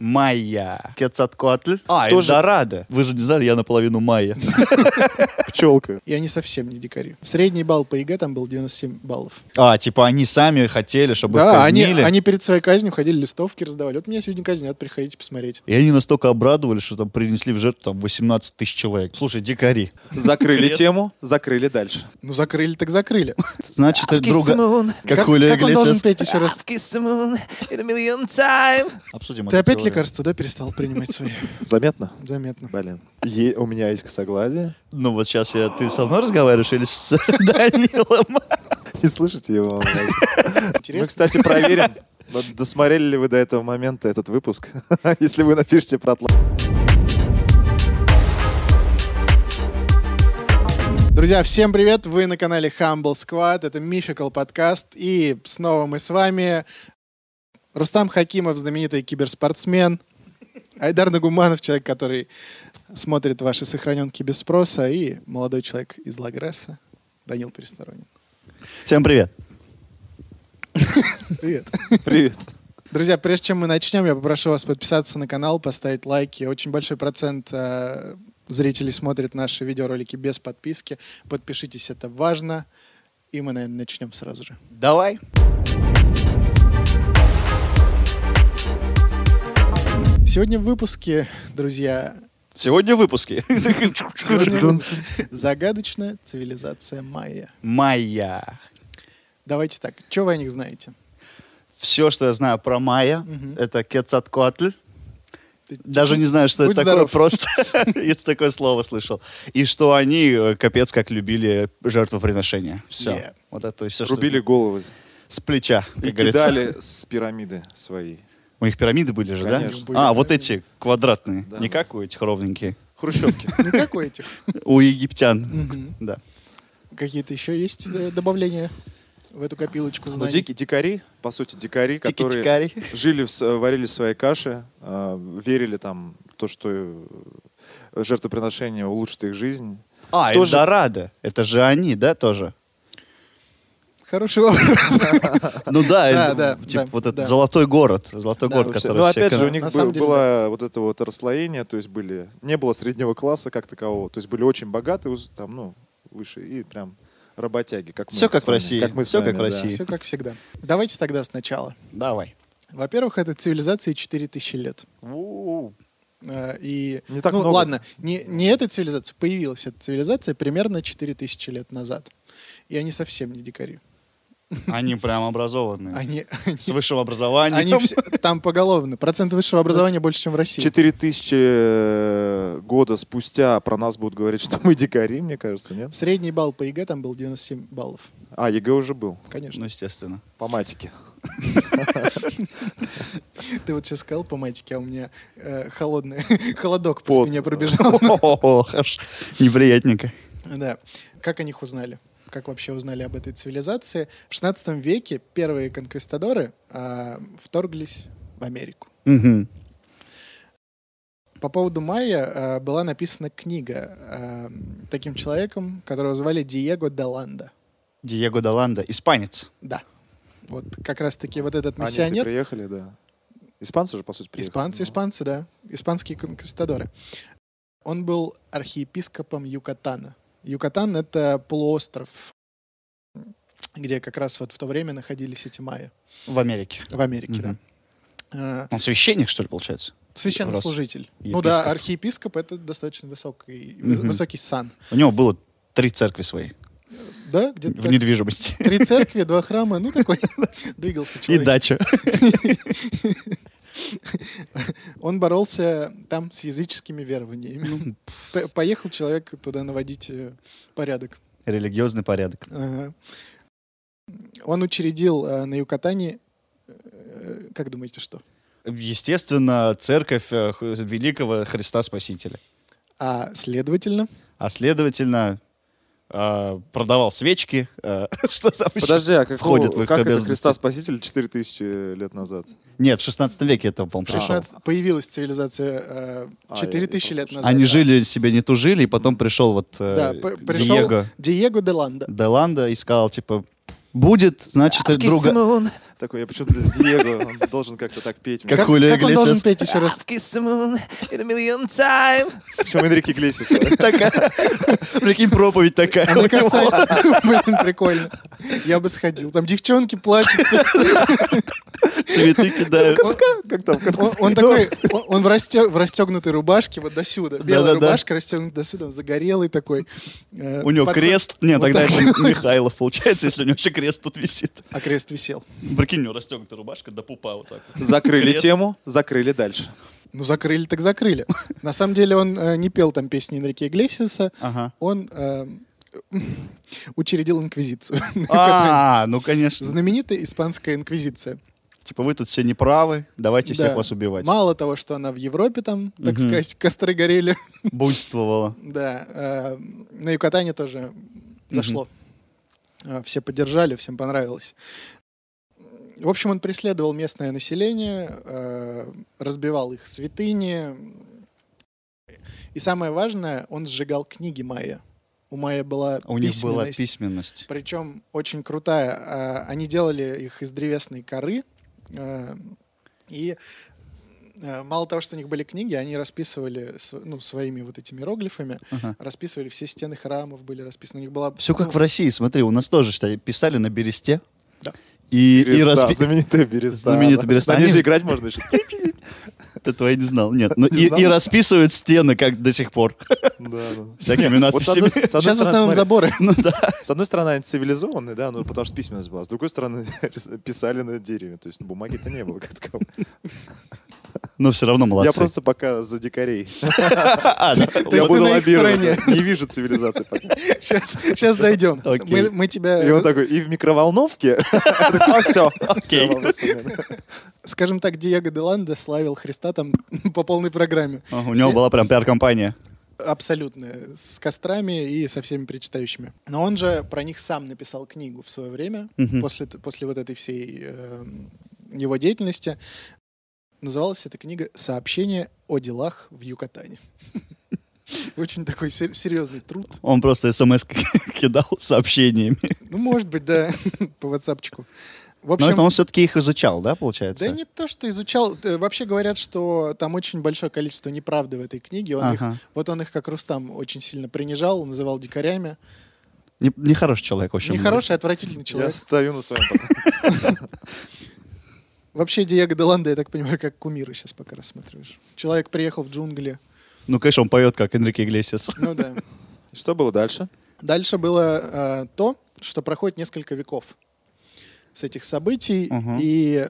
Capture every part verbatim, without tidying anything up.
Майя. Кецалькоатль. А, Тоже- Эльдорадо. Вы же не знали, я наполовину майя. Пчелка. И они совсем не дикари. Средний балл по ЕГЭ там был девяносто семь баллов. А, типа они сами хотели, чтобы их Да, они, казнили. они перед своей казнью ходили, листовки раздавали. Вот меня сегодня казнят, приходите посмотреть. И они настолько обрадовались, что там принесли в жертву там восемнадцать тысяч человек. Слушай, дикари. Закрыли Крест. тему, закрыли дальше. Ну, закрыли так закрыли. Значит, это друга... Как Как, Хулио как он должен Иглесиас. петь еще раз? Обсудим Ты эту опять теорию. лекарства, да, перестал принимать свои? Заметно? Заметно. Блин. Е- у меня есть косоглазие. Ну вот сейчас я... Ты со мной разговариваешь или с Данилом? Не слышите его? Мы, Интересно. кстати, проверим, вот досмотрели ли вы до этого момента этот выпуск. Если вы напишите про Атланту. Друзья, всем привет! Вы на канале Humble Squad. Это Mythical подкаст. И снова мы с вами. Рустам Хакимов, знаменитый киберспортсмен. Айдар Нагуманов, человек, который смотрит ваши сохраненки без спроса. И молодой человек из Лагресса, Данил Пересторонин. Всем привет. Привет. Привет. Друзья, прежде чем мы начнем, я попрошу вас подписаться на канал, поставить лайки. Очень большой процент э, зрителей смотрит наши видеоролики без подписки. Подпишитесь, это важно. И мы, наверное, начнем сразу же. Давай. Сегодня в выпуске, друзья, Сегодня в выпуске. сегодня загадочная цивилизация майя. Майя. Давайте так, что вы о них знаете? Все, что я знаю про майя, Мгм. это Кецалькоатль. Ты- Даже не знаю, что Будь это такое, здоров. просто если такое слово слышал. И что они э, капец как любили жертвоприношения. Все. Yeah. Вот это все, что Рубили головы с плеча, и как говорится. кидали с пирамиды своей. У них пирамиды были же, Конечно. да? А, Были вот пирамиды. эти квадратные, Да, не да. как у этих ровненькие. Хрущевки. Ну, как у этих? У египтян, Мгм. да. Какие-то еще есть э, добавления в эту копилочку Ну, знаний? дикие дикари, по сути, дикари, которые Тики-тикари. жили, в с- варили в своей каше, э, верили там то, что э, жертвоприношение улучшит их жизнь. А, Тоже- Эльдорадо. Это же они, да, тоже? Хороший вопрос. Ну да, Да, Эль- да, типа да, вот этот да. золотой город. Золотой Да, город, вообще. который Ну, все опять же, у кон- них На был- самом деле, было вот это вот расслоение, то есть были, не было среднего класса как такового, то есть были очень богатые, уз- там, ну, выше, и прям работяги, как мы Всё с как в вами, России, как мы с всё как вами, в да. России. Все как всегда. Давайте тогда сначала. Давай. Во-первых, этой цивилизации четыре тысячи лет. У-у-у. Э, И, Не так ну много. ладно, не, не эта цивилизация, появилась эта цивилизация примерно четыре тысячи лет назад. И они совсем не дикари. Они прям образованные. Они, они, С высшим образованием. они все, там поголовно. Процент высшего образования больше, чем в России. Четыре тысячи э, года спустя про нас будут говорить, что мы дикари, мне кажется, нет? Средний балл по ЕГЭ там был девяносто семь баллов. А, ЕГЭ уже был, Конечно. Ну, естественно. по матике. Ты вот сейчас сказал по матике, а у меня э, холодный, холодок по Пот. спине пробежал. Ох, аж неприятненько. Да. Как о них узнали? Как вообще узнали об этой цивилизации? В шестнадцатом веке первые конквистадоры а, вторглись в Америку. Мгм. По поводу майя а, была написана книга а, таким человеком, которого звали Диего де Ланда. Диего де Ланда, испанец. Да. Вот как раз-таки вот этот Они миссионер. приехали, да. Испанцы же, по сути, приехали. Испанцы, Ну. испанцы, да. Испанские конквистадоры. Он был архиепископом Юкатана. Юкатан — это полуостров, где как раз вот в то время находились эти майя. В Америке. В Америке, Мгм. да. Он священник, что ли, получается? Э, Священнослужитель. Ну Епископ. да, архиепископ — это достаточно высокий, вы- Мгм. высокий сан. У него было три церкви свои. Да, где-то В так. недвижимости. Три церкви, два храма, ну такой двигался И человек. дача. Он боролся там с языческими верованиями. П- Поехал человек туда наводить э, порядок. Религиозный порядок. Ага. Он учредил э, на Юкатане, э, как думаете, что? Естественно, церковь э, х- великого Христа Спасителя. А следовательно, А следовательно, э, продавал свечки. э, Что там еще? Подожди, а как, входит в их как это обязанности? Христа Спасителя четыре тысячи лет назад? Нет, в шестнадцатом веке это, по-моему, в пришел. шестнадцатом появилась цивилизация э, А, четыре я- тысячи я лет просто назад. Они да. жили себе не тужили, и потом пришел вот э, Да, п- пришел Диего Диего де Ланда. де Ланда и сказал, типа, будет, значит, друга... такой, я почему-то Диего, он должен как-то так петь. Как Как, Хулио как он должен Иглесиас. петь еще раз? Причем Энрике Иглесиас. Такая, прикинь, проповедь такая. А мне кажется, блин, прикольно. Я бы сходил. Там девчонки плачут. Цветы кидают. Как там? Он, он такой, он, он в, расте- в расстегнутой рубашке вот до сюда. Белая Да-да-да. рубашка расстегнута до сюда, он загорелый такой. Э, У него подходит- крест. Нет, вот тогда так это вот. Михайлов получается, если у него еще крест тут висит. А крест висел. Прикинь, у него расстегнутая рубашка до пупа вот так. вот. Закрыли Крест. тему, закрыли дальше. Ну, закрыли так закрыли. На самом деле он э, не пел там песни Энрике Иглесиаса, Ага. он э, учредил инквизицию. А, ну конечно. Знаменитая испанская инквизиция. Типа вы тут все неправы, давайте всех Да. вас убивать. Мало того, что она в Европе там, так Мгм. сказать, костры горели. Буйствовала. Да, э, на Юкатане тоже зашло. Э, Все поддержали, всем понравилось. В общем, он преследовал местное население, э, разбивал их святыни. И самое важное, он сжигал книги майя. У майя была У них была письменность, письменность. причем очень крутая. Э, Они делали их из древесной коры. э, И э, мало того, что у них были книги, они расписывали св- ну, своими вот этими иероглифами, Ага. расписывали все стены храмов, были расписаны. У них была... Все как ну, в России, смотри, у нас тоже что, писали на бересте. Да. И, и Береста, распи- знаменитая береста. Знаменитая береста. На ней Они- же играть можно еще. Этого я не знал. Нет. Ну, Не и, знал? и расписывают стены, как до сих пор. Да, да. Всякими Вот с надписями. одной, с одной Сейчас в стороны, основном смотри, заборы. Ну да. с одной стороны, они цивилизованные, да, ну потому что письменность была. С другой стороны, писали на дереве. То есть ну, бумаги-то не было как таковой. Но все равно молодцы. Я просто пока за дикарей. А, да. То Я есть ты буду на их лоббировать. стороне. да. Не вижу цивилизации пока. Сейчас, сейчас дойдем. Окей. Мы, мы тебя, И он такой, и в микроволновке? А все. Окей. скажем так, Диего де Ланда славил Христа там по полной программе. А, У него Все- была прям пиар-компания. Абсолютно. С кострами и со всеми причитающими. Но он же про них сам написал книгу в свое время, Мгм. после, т- после вот этой всей э, его деятельности. Называлась эта книга «Сообщение о делах в Юкатане». Очень такой сер- серьезный труд. Он просто смс кидал сообщениями. Ну, может быть, да, по ватсапчику. В Но общем, это он все-таки их изучал, да, получается? да не то, что изучал. Э, Вообще говорят, что там очень большое количество неправды в этой книге. Он их, Ага. вот он их, как Рустам, очень сильно принижал, называл дикарями. Не- Нехороший человек, в общем. Нехороший, отвратительный Я человек. стою на своем пока. Вообще Диего де Ланда, я так понимаю, как кумира сейчас пока рассматриваешь. Человек приехал в джунгли. Ну, конечно, он поет, как Энрике Иглесиас. Ну да. Что было дальше? Дальше было э, то, что проходит несколько веков с этих событий. Мгм. И,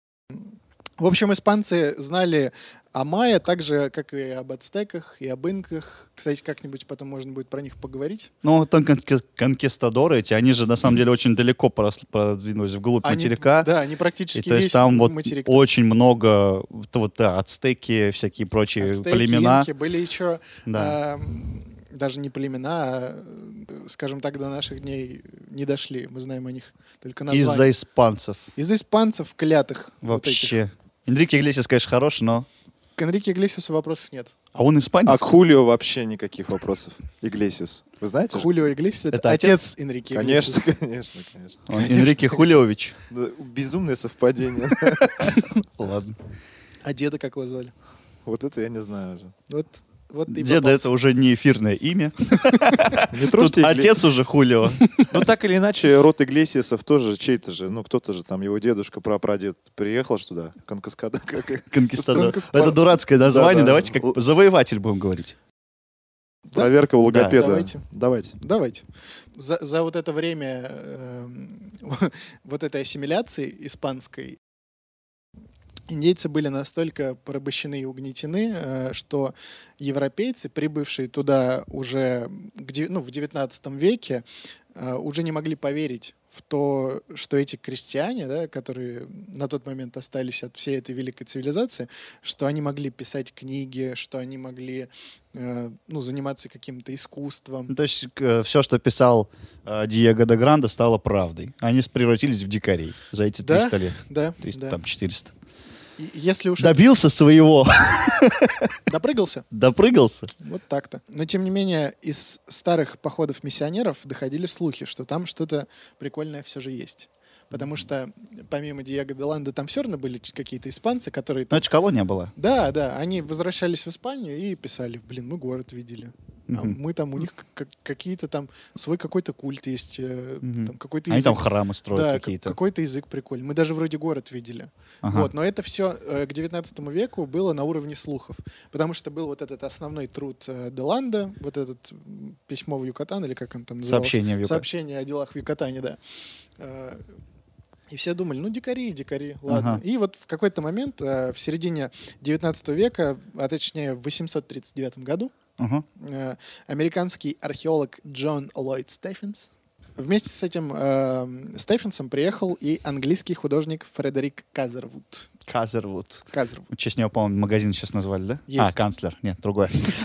в общем, испанцы знали о майя так же, как и об ацтеках, и об инках. Кстати, как-нибудь потом можно будет про них поговорить. Ну, там конки- конкистадоры эти, они же на самом деле очень далеко прос- продвинулись вглубь Они- материка. Да, они И практически то есть весь там вот материк. очень много, вот, вот, да, ацтеки, всякие прочие Ацтеки, племена. инки, были еще Да. а, даже не племена, а, э, скажем так, до наших дней не дошли. Мы знаем о них только название. Из-за испанцев Из испанцев клятых. вот этих. вообще. Энрике Иглесиас, конечно, хорош, но... К Энрике Иглесиасу вопросов нет. А он испанец? А к Хулио вообще никаких вопросов. Иглесиус. Вы знаете? же? Хулио Иглесиас — это, Это отец, Энрике Конечно, Иглесиаса. конечно, конечно. Он Энрике Хулиович. Да, безумное совпадение. Ладно. А деда как его звали? Вот это я не знаю уже. Вот, вот ты и Деда попался. это уже не эфирное имя. Не Тут трожьте Игле- отец уже Хулио. Ну, так или иначе, род Иглесиасов тоже чей-то же. Ну, кто-то же там, его дедушка, прапрадед приехал ж туда. Конкаскада. как- Конкистадор. Конкистадор. Это дурацкое название. Да, да. Давайте как завоеватель будем говорить. Проверка у Да. логопеда. Давайте. Давайте. Давайте. За, за вот это время эм, вот этой ассимиляции испанской индейцы были настолько порабощены и угнетены, э, что европейцы, прибывшие туда уже к де- ну, в девятнадцатом веке, э, уже не могли поверить в то, что эти крестьяне, да, которые на тот момент остались от всей этой великой цивилизации, что они могли писать книги, что они могли э, ну, заниматься каким-то искусством. Ну, то есть все, что писал э, Диего де Грандо, стало правдой. Они с- превратились в дикарей за эти Да, триста лет. Да, триста, да. там, четыреста. И если уж Добился своего. допрыгался, Допрыгался. вот так-то. Но, тем не менее, из старых походов миссионеров доходили слухи, что там что-то прикольное все же есть. потому что помимо Диего де Ланда там все равно были ч- какие-то испанцы, которые... Ну, там- это же колония была. Да, да, они возвращались в Испанию и писали, блин, мы город видели. А Мгм. мы там, у них к- какие-то там, свой какой-то культ есть, э, Мгм. там какой-то Они там язык. храмы строят Да, какие-то. к- какой-то язык прикольный. Мы даже вроде город видели. Ага. Вот, но это все к девятнадцатому веку было на уровне слухов. Потому что был вот этот основной труд э, Деланда, вот этот м, письмо в Юкатан, или как он там назывался? Сообщение в Юкатане. Сообщение о делах в Юкатане, да. Э, И все думали, ну, дикари, дикари, ладно. Ага. И вот в какой-то момент, э, в середине девятнадцатого века, а точнее в восемьсот тридцать девятом году, Ага. э, американский археолог Джон Ллойд Стефенс. Вместе с этим э, Стефенсом приехал и английский художник Фредерик Казервуд. Казервуд. Казервуд. В честь него, по-моему, магазин сейчас назвали, да? Есть. А, канцлер. Нет, другой.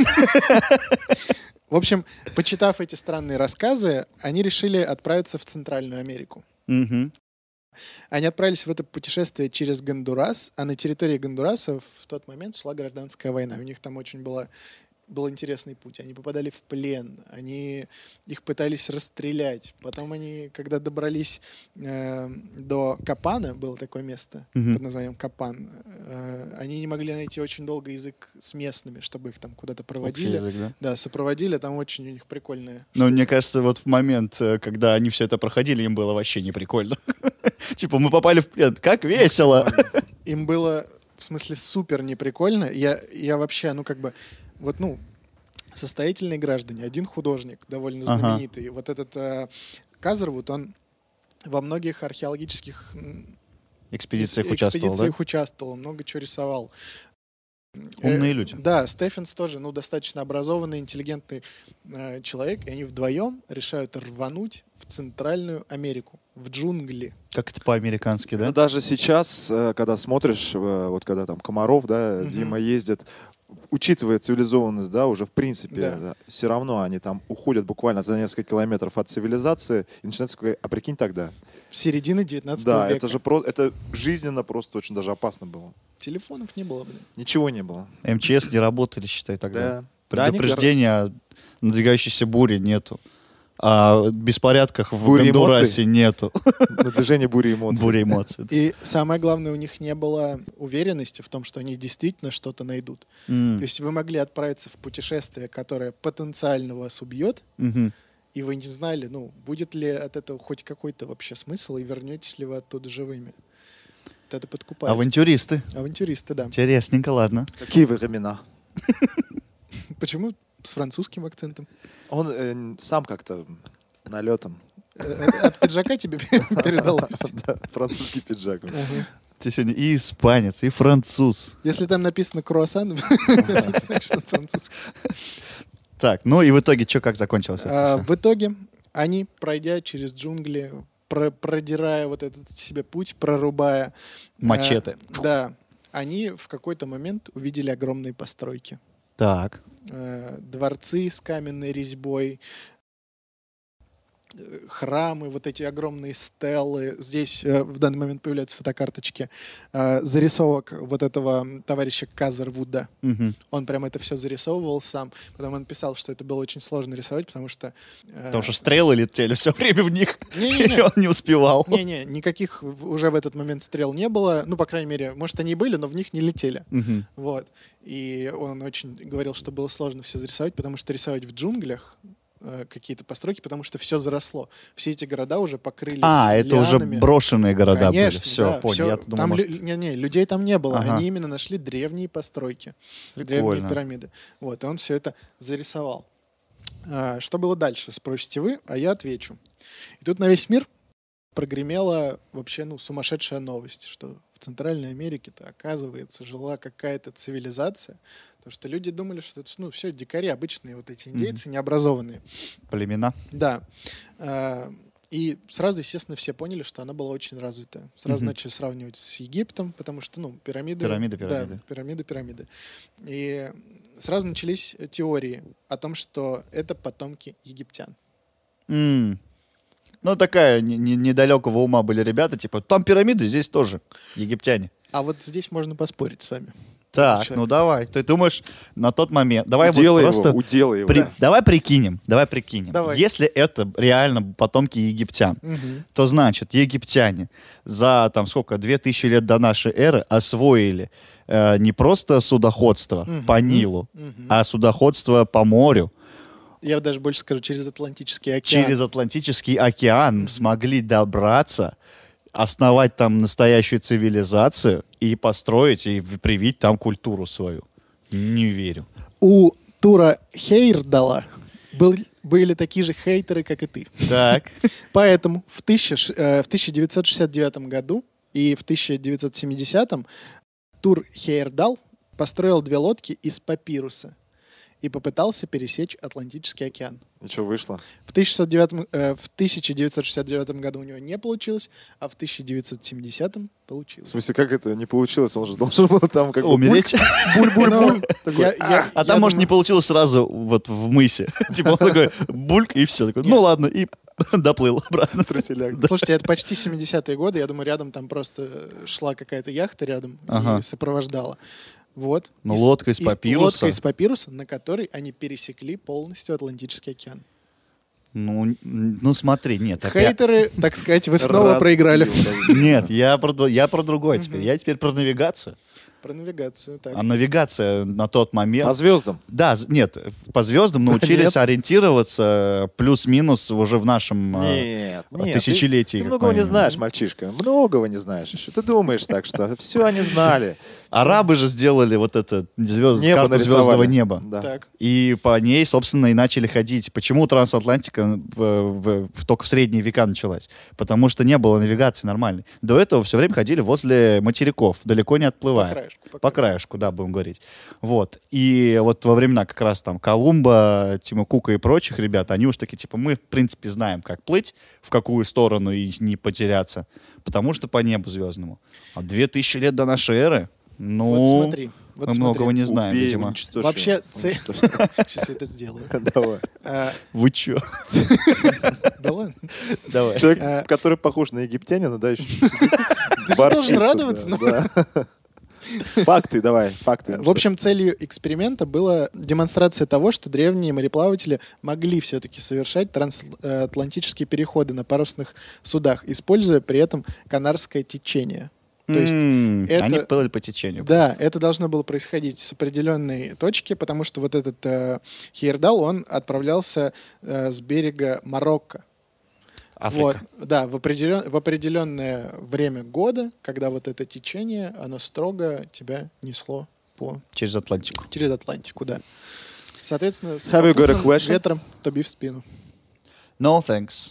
В общем, почитав эти странные рассказы, они решили отправиться в Центральную Америку. Мгм. Они отправились в это путешествие через Гондурас, а на территории Гондураса в тот момент шла гражданская война. У них там очень была, был интересный путь. Они попадали в плен, они их пытались расстрелять. Потом они, когда добрались э, до Капана, было такое место Мгм. под названием Капан, э, они не могли найти очень долго язык с местными, чтобы их там куда-то Общий проводили. язык, да? Да, сопроводили, там очень у них прикольные. Но мне кажется, вот в момент, э, когда они все это проходили, им было вообще не прикольно. Типа, мы попали в плен. Как весело! Им было, в смысле, супер неприкольно. Я, я вообще, ну, как бы, вот, ну, состоятельные граждане, один художник, довольно Ага. знаменитый. Вот этот э, Казервуд, он во многих археологических м, Экспедициях эс- участвовал, да? экспедициях участвовал, много чего рисовал. Умные Э, люди. Да, Стефенс тоже, ну, достаточно образованный, интеллигентный э, человек, и они вдвоем решают рвануть в Центральную Америку, в джунгли. Как это по-американски, да? Да, даже сейчас, э, когда смотришь, э, вот когда там Комаров, да, Мгм. Дима ездит, учитывая цивилизованность, да, уже в принципе, Да. все равно они там уходят буквально за несколько километров от цивилизации, и начинается такое, а прикинь тогда. В середине девятнадцатого Да, века. это же просто, это жизненно просто очень даже опасно было. Телефонов не было, блин. Ничего не было. МЧС не работали, считай, тогда. Да. Да, они Предупреждения о надвигающейся буре нету. О беспорядках в Бури Гондурасе эмоций. нету. На движение бури эмоций. Буря эмоций. И самое главное, у них не было уверенности в том, что они действительно что-то найдут. М. То есть вы могли отправиться в путешествие, которое потенциально вас убьет, Мгм. и вы не знали, ну, будет ли от этого хоть какой-то вообще смысл, и вернетесь ли вы оттуда живыми. Вот это подкупает. Авантюристы. Авантюристы, да. Интересненько, ладно. Какие времена? Почему с французским акцентом? Он э, сам как-то налетом. Э, От от пиджака тебе передалось? Да, французский пиджак. Ага. Ты сегодня и испанец, и француз. Если там написано круассан, значит, что французский. Так, ну и в итоге что, как закончилось А, это всё? В итоге они, пройдя через джунгли, про- продирая вот этот себе путь, прорубая... э, Мачете. Да. Они в какой-то момент увидели огромные постройки. Так. Э, Дворцы с каменной резьбой, э, храмы, вот эти огромные стеллы. Здесь э, в данный момент появляются фотокарточки э, зарисовок вот этого товарища Казервуда. Мгм. Он прям это все зарисовывал сам. Потом он писал, что это было очень сложно рисовать, потому что... э, Потому что стрелы летели все время в них, и Не-не-не. он не успевал. Не-не, никаких в- уже в этот момент стрел не было. Ну, по крайней мере, может, они и были, но в них не летели. Мгм. Вот. И он очень говорил, что было сложно все зарисовать, потому что рисовать в джунглях э, какие-то постройки, потому что все заросло. Все эти города уже покрылись А, это уже лианами. брошенные города Конечно, были. Все, да, понял. всё. Я думал, Там может, лю- не, не, людей там не было. Ага. Они именно нашли древние постройки, древние прикольно. пирамиды. Вот, и он все это зарисовал. А, что было дальше, спросите вы, а я отвечу. И тут на весь мир прогремела вообще ну, сумасшедшая новость, что в Центральной Америке-то, оказывается, жила какая-то цивилизация. Потому что люди думали, что это ну, все дикари, обычные вот эти индейцы, необразованные. Племена. Да. А, И сразу, естественно, все поняли, что она была очень развитая. Сразу Мгм. начали сравнивать с Египтом, потому что, ну, пирамиды... Пирамиды, Да, пирамиды. пирамиды, пирамиды. И сразу начались теории о том, что это потомки египтян. М. Ну, такая не- не- недалекого ума были ребята, типа, там пирамиды, здесь тоже египтяне. А вот здесь можно поспорить с вами. Так, человек. ну давай. Ты думаешь, на тот момент... Давай вот Уделай просто... его, уделай его. при- Да. Давай прикинем, давай прикинем. Давай. Если это реально потомки египтян, Мгм. то значит, египтяне за там сколько, две тысячи лет до нашей эры освоили э, не просто судоходство Мгм. по Нилу, Мгм. а судоходство по морю. Я даже больше скажу, через Атлантический океан. Через Атлантический океан смогли добраться, основать там настоящую цивилизацию и построить и в- привить там культуру свою. Не верю. У Тура Хейрдала был, были такие же хейтеры, как и ты. Так. Поэтому в, тысяча ш- э, в тысяча девятьсот шестьдесят девятом году и в тысяча девятьсот семидесятом Тур Хейрдал построил две лодки из папируса и попытался пересечь Атлантический океан. И что вышло? В тысяча шестьсот девятом, э, в тысяча девятьсот шестьдесят девятом году у него не получилось, а в тысяча девятьсот семидесятом В получилось. смысле, как это не получилось? Он же должен был там как бы... Умереть. Ну, я- я- А я там, может, не думаю- получилось сразу вот в мысе. Типа он такой бульк, и все. Такой, ну ладно, и доплыл обратно. Труселяк. Слушайте, это почти семидесятые годы. Я думаю, рядом там просто шла какая-то яхта рядом Ага. и сопровождала. Вот. Ну, И с- лодка из и папируса. Лодка из папируса, на которой они пересекли полностью Атлантический океан. Ну, н- ну смотри, нет. опять- Хейтеры, так сказать, вы снова Разбил, проиграли. разбил. Нет, я про, д- я про другое теперь. Мгм. Я теперь про навигацию. Про навигацию. Так. А навигация на тот момент... По звездам. Да, з- нет, по звездам научились Нет. ориентироваться плюс-минус уже в нашем э, Нет, нет. тысячелетии. Ты, ты как многого не минимум. знаешь, мальчишка. Многого не знаешь еще. Ты думаешь так, что все они знали. Арабы же сделали вот это звезд, Небо карту нарисовали. звездного неба. Да. Так. И по ней, собственно, и начали ходить. Почему трансатлантика в- в- только в средние века началась? Потому что не было навигации нормальной. До этого все время ходили возле материков, далеко не По отплывая. краешку. По краешку, да, будем говорить. Вот. И вот во времена как раз там Колумба, Тима Кука и прочих ребят, они уж такие, типа, мы, в принципе, знаем, как плыть, в какую сторону и не потеряться, потому что по небу звездному. А две тысячи лет до нашей эры, ну, Вот смотри. Вот мы смотри. многого не знаем, Убей, видимо. уничтожь Вообще, его. цель... Уничтожь. Сейчас я это сделаю. Давай. А, Вы чё? Да ладно. Давай. Человек, А- который похож на египтянина, да, еще Ты же должен радоваться. ну. Факты, давай, факты. В общем, целью эксперимента была демонстрация того, что древние мореплаватели могли все-таки совершать трансатлантические переходы на парусных судах, используя при этом канарское течение. То есть М, это- Они плыли по течению. Да, просто. это должно было происходить с определенной точки, потому что вот этот э, Хейердал, он отправлялся э, с берега Марокко. Африка. Вот, да, в, определен, в определенное время года, когда вот это течение, оно строго тебя несло по, Через Атлантику. через Атлантику, да. Соответственно, с Have you got a попутным question? ветром тоби в спину. No thanks.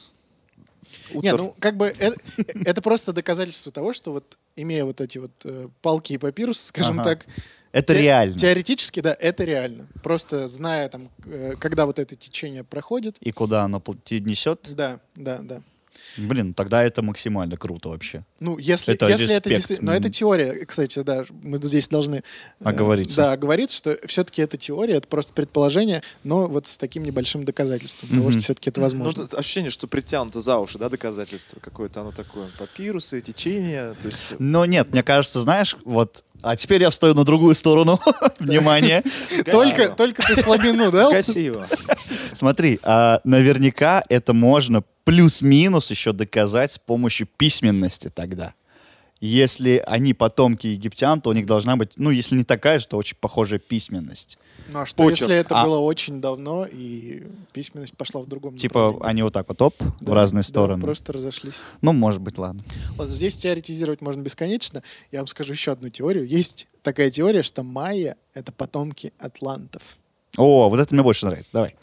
Не, ну как бы это, это просто доказательство того, что вот имея вот эти вот э, палки и папирус, скажем Ага. так, Это те- реально. теоретически, да, это реально. Просто зная там, э, когда вот это течение проходит, И куда оно пл- те- несет? да, да, да. Блин, тогда это максимально круто вообще. Ну, если Это если это респект. действительно... Но это Мгм. теория, кстати, да, мы здесь должны... э, Оговориться. Да, оговориться, что все-таки это теория, это просто предположение, но вот с таким небольшим доказательством того, Мгм. что все-таки это Ну, возможно. тут ощущение, что притянуто за уши, да, доказательство какое-то, оно такое, папирусы, течение, то есть... Но нет, мне кажется, знаешь, вот... А теперь я встаю на другую сторону. Внимание. Только, только ты слабину дал? Красиво. Смотри, а наверняка это можно плюс-минус еще доказать с помощью письменности тогда. Если они потомки египтян, то у них должна быть, ну, если не такая же, то очень похожая письменность. Ну, а что, Почерк. если это А- было очень давно, и письменность пошла в другом Типа направлении? они вот так вот, оп, в Да, разные да, стороны. просто разошлись. Ну, может быть, ладно. Ладно, здесь теоретизировать можно бесконечно. Я вам скажу еще одну теорию. Есть такая теория, что майя — это потомки атлантов. О, вот это мне больше нравится. Давай.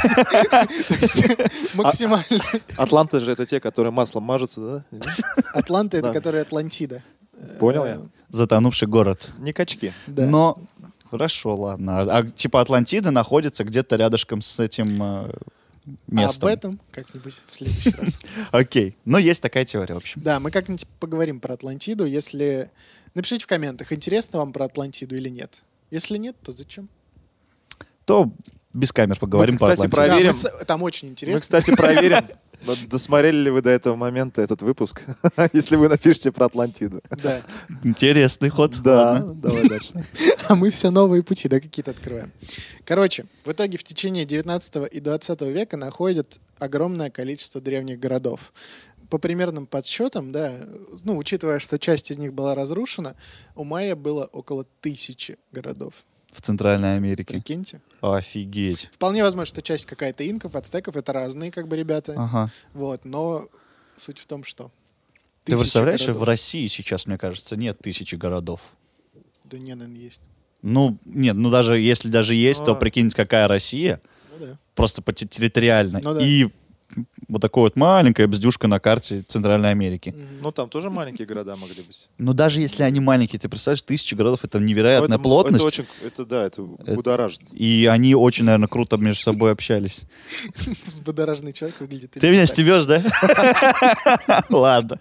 То есть максимально. Атланты же это те, которые маслом мажутся, да? Атланты — это Да. которые Атлантида. Понял Э, я. Затонувший город. Не качки. Да. Но хорошо, ладно. А, а, типа Атлантида находится где-то рядышком с этим э, А местом. об этом как-нибудь в следующий раз. Окей. Но есть такая теория, в общем. Да, мы как-нибудь поговорим про Атлантиду. Если... Напишите в комментах, интересно вам про Атлантиду или нет. Если нет, то зачем? То без камер поговорим Мы, по кстати, Атлантиде. Проверим. Да, мы с- Там очень Мы, интересно. кстати, проверим, Но досмотрели ли вы до этого момента этот выпуск? Если вы напишите про Атлантиду. Да. Интересный ход. Да, Ладно. давай дальше. А мы все новые пути, да, какие-то открываем. Короче, в итоге в течение девятнадцатого и двадцатого века находят огромное количество древних городов. По примерным подсчетам, да, ну, учитывая, что часть из них была разрушена, у майя было около тысячи городов. В Центральной Америке. Прикиньте. Офигеть. Вполне возможно, что часть какая-то инков, ацтеков, это разные как бы ребята. Ага. Вот, но суть в том, что Ты тысячи представляешь, что городов. в России сейчас, мне кажется, нет тысячи городов? Да не, наверное, есть. Ну, нет, ну даже если даже есть, то А. прикиньте, какая Россия, Ну да. просто по те- территориально. Ну да. И вот такая вот маленькая бздюшка на карте Центральной Америки. Мгм. Ну, там тоже маленькие города могли быть. Но даже если они маленькие, ты представляешь, тысячи городов — это невероятная Но это- плотность. Это очень, это да, это будоражит. И они очень, наверное, круто между собой общались. Взбодораженный человек выглядит. Ты именно меня так. стебешь, да? Ладно.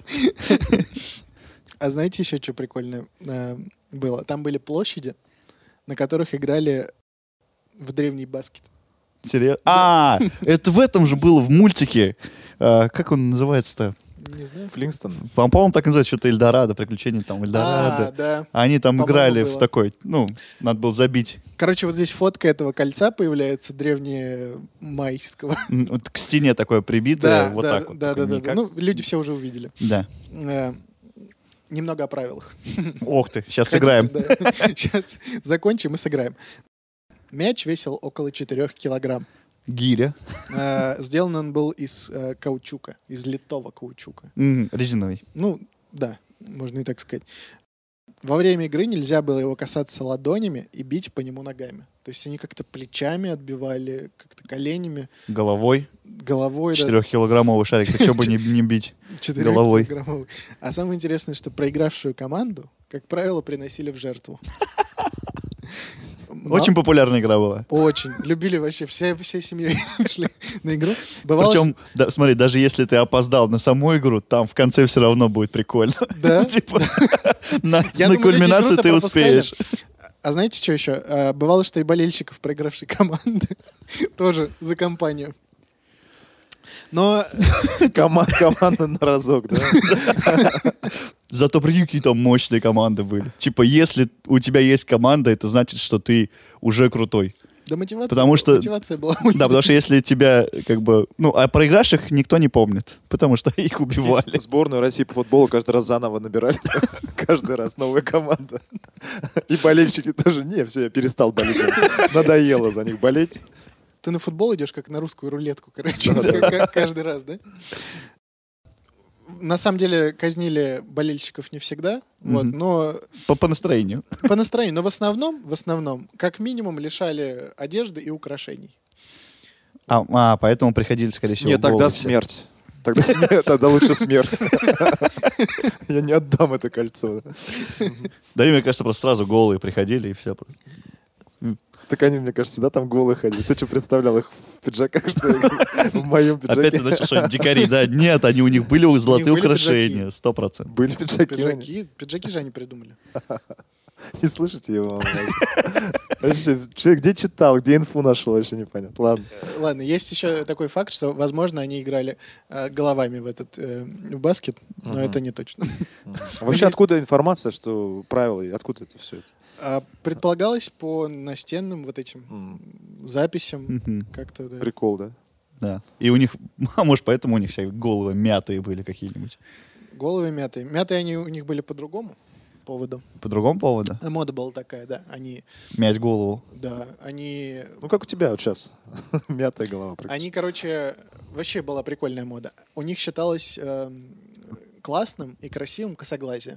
А знаете еще, что прикольное э, было? Там были площади, на которых играли в древний баскет. Серьезно? А, это в этом же было в мультике. А, Как он называется-то? Не знаю. Флинстон. По- По-моему, так называется, что-то Эльдорадо, приключения там А, Эльдорадо. да. Они там По-моему, играли было. в такой, ну, надо было забить. Короче, вот здесь фотка этого кольца появляется, древнемайского. М, вот к стене такое прибитое, Да, вот да, так вот. да, такое, да, да, не да. как- Ну, люди все уже увидели. Да. Э, Немного о правилах. Ох ты, сейчас Хотите, сыграем. да. Сейчас закончим и сыграем. Мяч весил около четырех килограмм. Гиря. Э, Сделан он был из э, каучука, из литого каучука. М, Резиновый. Ну, да, можно и так сказать. Во время игры нельзя было его касаться ладонями и бить по нему ногами. То есть они как-то плечами отбивали, как-то коленями, Головой. головой. да, Четырехкилограммовый шарик. Ты что бы не, не бить? головой. четырёхкилограммовый. А самое интересное, что проигравшую команду, как правило, приносили в жертву. Но- Очень популярная игра была. Очень. Любили вообще. Все, всей семьей шли на игру. Бывало, Причем, да, смотри, даже если ты опоздал на саму игру, там в конце все равно будет прикольно. что- да. Типа, на Я на думаю, люди кульминацию круто ты пропускали. успеешь. А знаете, что еще? А, Бывало, что и болельщиков проигравшей команды тоже за компанию. Но Кома- Команда на разок, да? Зато прикинь, какие там мощные команды были. Типа, если у тебя есть команда, это значит, что ты уже крутой. да, мотивация, Потому что- мотивация была. у Да, людей. потому что если тебя, как бы... Ну, а проигравших никто не помнит, потому что их убивали. Сборную России по футболу каждый раз заново набирали. Каждый раз новая команда. И болельщики тоже, не, все, я перестал болеть. Надоело за них болеть. Ты на футбол идешь, как на русскую рулетку, короче, к- к- каждый раз, да? На самом деле казнили болельщиков не всегда, вот, Мгм. но По, по настроению. по настроению. Но в основном, в основном, как минимум, лишали одежды и украшений. А, а, поэтому приходили, скорее всего, Нет, тогда голые все. смерть. Тогда, смер- тогда лучше смерть. Я не отдам это кольцо. Да, и, мне кажется, просто сразу голые приходили, и все. Просто. Так они, мне кажется, да, там голые ходили. Ты что, представлял их в пиджаках, что ли? В моем Опять ты пиджаке? начал что-нибудь дикари, да? Нет, они у них были золотые были украшения, сто процентов. Были пиджаки. у них? Пиджаки, пиджаки же они придумали. Не слышите его? Вообще, че- где читал, где инфу нашел, вообще непонятно. Ладно. Э, Ладно, есть еще такой факт, что, возможно, они играли э, головами в этот э, в баскет, но Мгм. это не точно. Вообще, есть- откуда информация, что правила, и откуда это все? А предполагалось по настенным вот этим записям Мгм. как-то... да. Прикол, да? Да. И у них, а может, поэтому у них все головы мятые были какие-нибудь. Головы мятые. Мятые они у них были по другому поводу. По другому поводу? А мода была такая, да. Они, Мять голову. да, они... Ну, как у тебя вот сейчас. Мятая голова. практически. Они, короче, вообще была прикольная мода. У них считалось эм, классным и красивым косоглазие.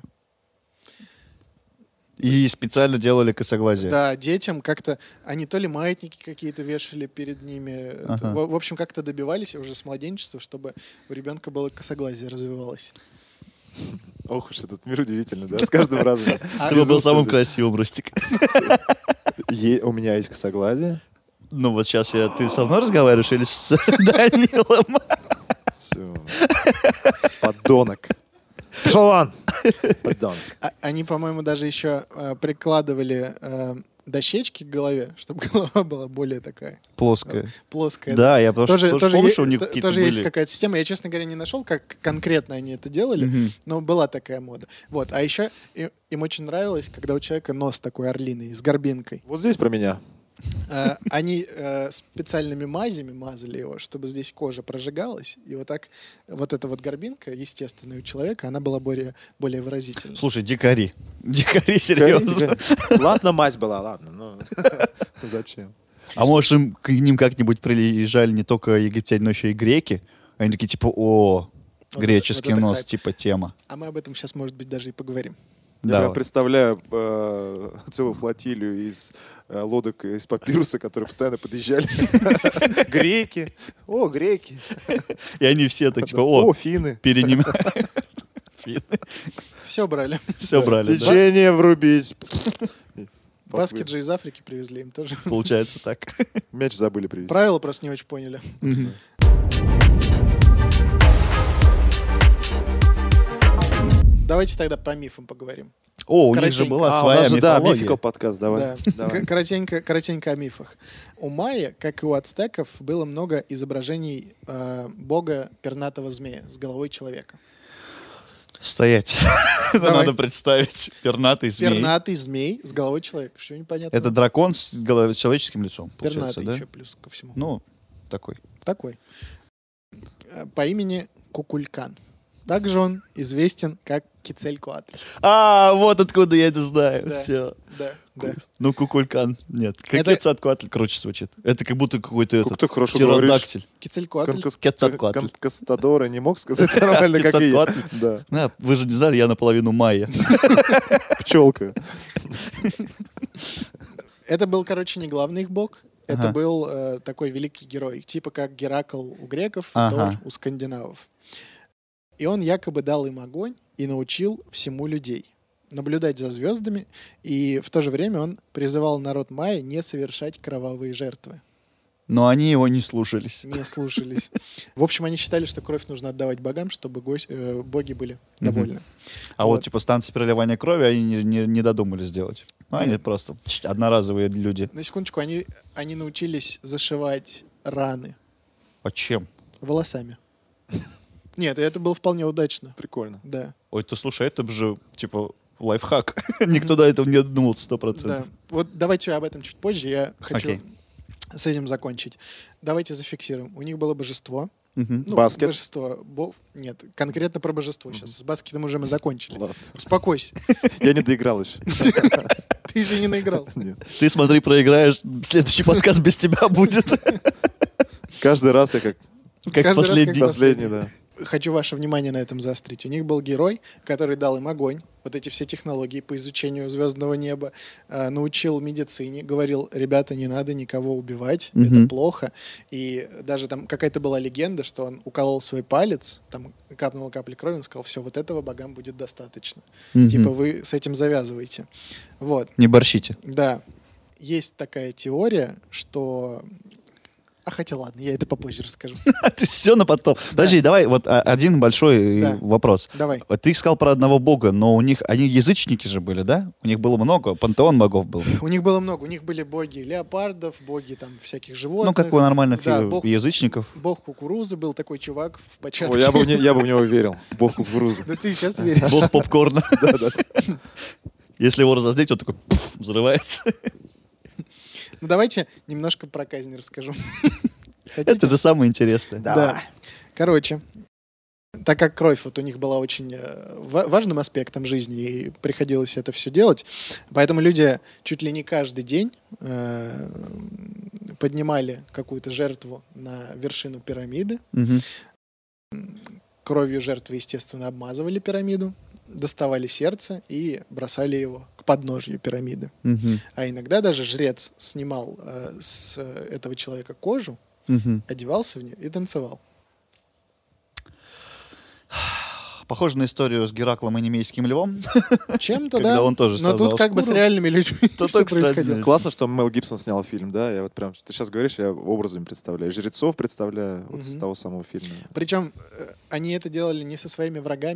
И специально делали косоглазие. Да, детям как-то... Они то ли маятники какие-то вешали перед ними. Ага. В, в общем, как-то добивались уже с младенчества, чтобы у ребенка было косоглазие развивалось. Ох уж этот мир удивительный, да? С каждым разом. А Ты был Безумственно. самым красивым, Рустик. Е- У меня есть косоглазие. Ну вот сейчас я, ты со мной разговариваешь или с Данилом? Всё. Подонок. Пошел вон! Подонок. А- они, по-моему, даже еще э, прикладывали э, дощечки к голове, чтобы голова была более такая Плоская. плоская. Да, я потому Тоже, что тоже, помню, е- что у них т- какие-то тоже есть были... какая-то система. Я, честно говоря, не нашел, как конкретно они это делали, Мгм. но была такая мода. Вот. А еще и- им очень нравилось, когда у человека нос такой орлиный, с горбинкой. Вот здесь про меня. Э, Они э, специальными мазями мазали его, чтобы здесь кожа прожигалась. И вот так вот эта вот горбинка, естественная у человека, она была более, более выразительной. Слушай, дикари. Дикари, серьезно. Ладно, мазь была, ладно. Ну, зачем? А может, им, к ним как-нибудь приезжали не только египтяне, но еще и греки? Они такие, типа, о, Вот греческий это- вот это нос, хайп. типа, тема. А мы об этом сейчас, может быть, даже и поговорим. Я Да. прям представляю э, целую флотилию из э, лодок из папируса, которые постоянно подъезжали. Греки. О, греки. И они все так, типа, О, о, финны. перенимают. Все брали. Все брали, да? Течение врубить. Баскет же из Африки привезли им тоже. Получается так. Мяч забыли привезти. Правила просто не очень поняли. Давайте тогда по мифам поговорим. О, у них же Коротенько. была А, у своя нас же, да, мифология. мификал подкаст, давай. Да. Давай. К- Коротенько, коротенько о мифах. У майя, как и у ацтеков, было много изображений э, бога пернатого змея с головой человека. Стоять. Давай. Надо представить пернатый змей. Пернатый змей с головой человека. Что непонятно? Это дракон с, голов- с человеческим лицом, получается, пернатый да? еще плюс ко всему. Ну, такой. Такой. Э, По имени Кукулькан. Также он известен как Кицелькоатль. А, вот откуда я это знаю. Да. Все. Да, да. Ну, кукулькан. Нет. Это- Кекецаткуатль круче звучит. Это как будто какой-то Как этот ты хорошо говоришь. птеродактиль. Кицелькоатль. Конкас- Кецалькоатль. Конкастадора не мог сказать нормально, как и я. Кецалькоатль. Да. А, вы же не знали, я наполовину майя. Пчелка. Это был, короче, не главный их бог. Это Ага. был э, такой великий герой. Типа как Геракл у греков, Ага. Тор у скандинавов. И он якобы дал им огонь и научил всему людей наблюдать за звездами. И в то же время он призывал народ майя не совершать кровавые жертвы. Но они его не слушались. Не слушались. В общем, они считали, что кровь нужно отдавать богам, чтобы гось- э, боги были довольны. А вот, Вот. типа, станции переливания крови они не, не- не додумались сделать. Ну, они Нет. просто тш, одноразовые люди. На секундочку, они, они научились зашивать раны А чем? волосами. Нет, это было вполне удачно. Прикольно. Да. Ой, ты слушай, это же, типа, лайфхак. Никто до этого не додумался сто Да. процентов. Вот давайте об этом чуть позже. Я хочу Окей. с этим закончить. Давайте зафиксируем. У них было божество. Мгм. Ну, Баскет. Божество. Бо- Нет, конкретно про божество. Сейчас с баскетом уже мы закончили. Ладно. Успокойся. Я не доиграл еще. Ты же не наигрался. Нет. Ты смотри, проиграешь, следующий подкаст без тебя будет. Каждый раз я как Как Каждый раз последний. как последний, да. Хочу ваше внимание на этом заострить. У них был герой, который дал им огонь, вот эти все технологии по изучению звездного неба, э, научил медицине, говорил, ребята, не надо никого убивать, Мгм. это плохо. И даже там какая-то была легенда, что он уколол свой палец, там капнула капля крови, он сказал, все, вот этого богам будет достаточно. Мгм. Типа вы с этим завязываете. Вот, Не борщите. да. Есть такая теория, что... А хотя ладно, я это попозже расскажу. Ты все на потом. Подожди, давай вот а, один большой э, Да. вопрос. Давай. Вот ты сказал про одного бога, но у них они язычники же были, да? У них было много, пантеон богов был. У них было много. У них были боги леопардов, боги там всяких животных. Ну, как у нормальных Да, э, бог- язычников. Бог кукурузы был такой чувак в початке. Ой, я бы в не- я бы в него верил. Бог кукурузы. Да ты сейчас веришь. Бог попкорна. Если его разозлить, он такой пуф, взрывается. Ну давайте немножко про казнь расскажу. Хотите? Это же самое интересное. Да. Короче, так как кровь вот у них была очень э, ва- важным аспектом жизни, и приходилось это все делать, поэтому люди чуть ли не каждый день э, поднимали какую-то жертву на вершину пирамиды. Мгм. Кровью жертвы, естественно, обмазывали пирамиду, доставали сердце и бросали его к подножью пирамиды. Мгм. А иногда даже жрец снимал э, с э, этого человека кожу, Мгм. одевался в нее и танцевал. Похоже на историю с Гераклом и немейским львом. Чем-то, Когда да. он тоже Но создал тут как бы с шкуру. реальными людьми То все так, кстати, происходило. Классно, что Мел Гибсон снял фильм, да? Я вот прям, ты сейчас говоришь, я образами представляю. Жрецов представляю вот с Мгм. того самого фильма. Причем э, они это делали не со своими врагами,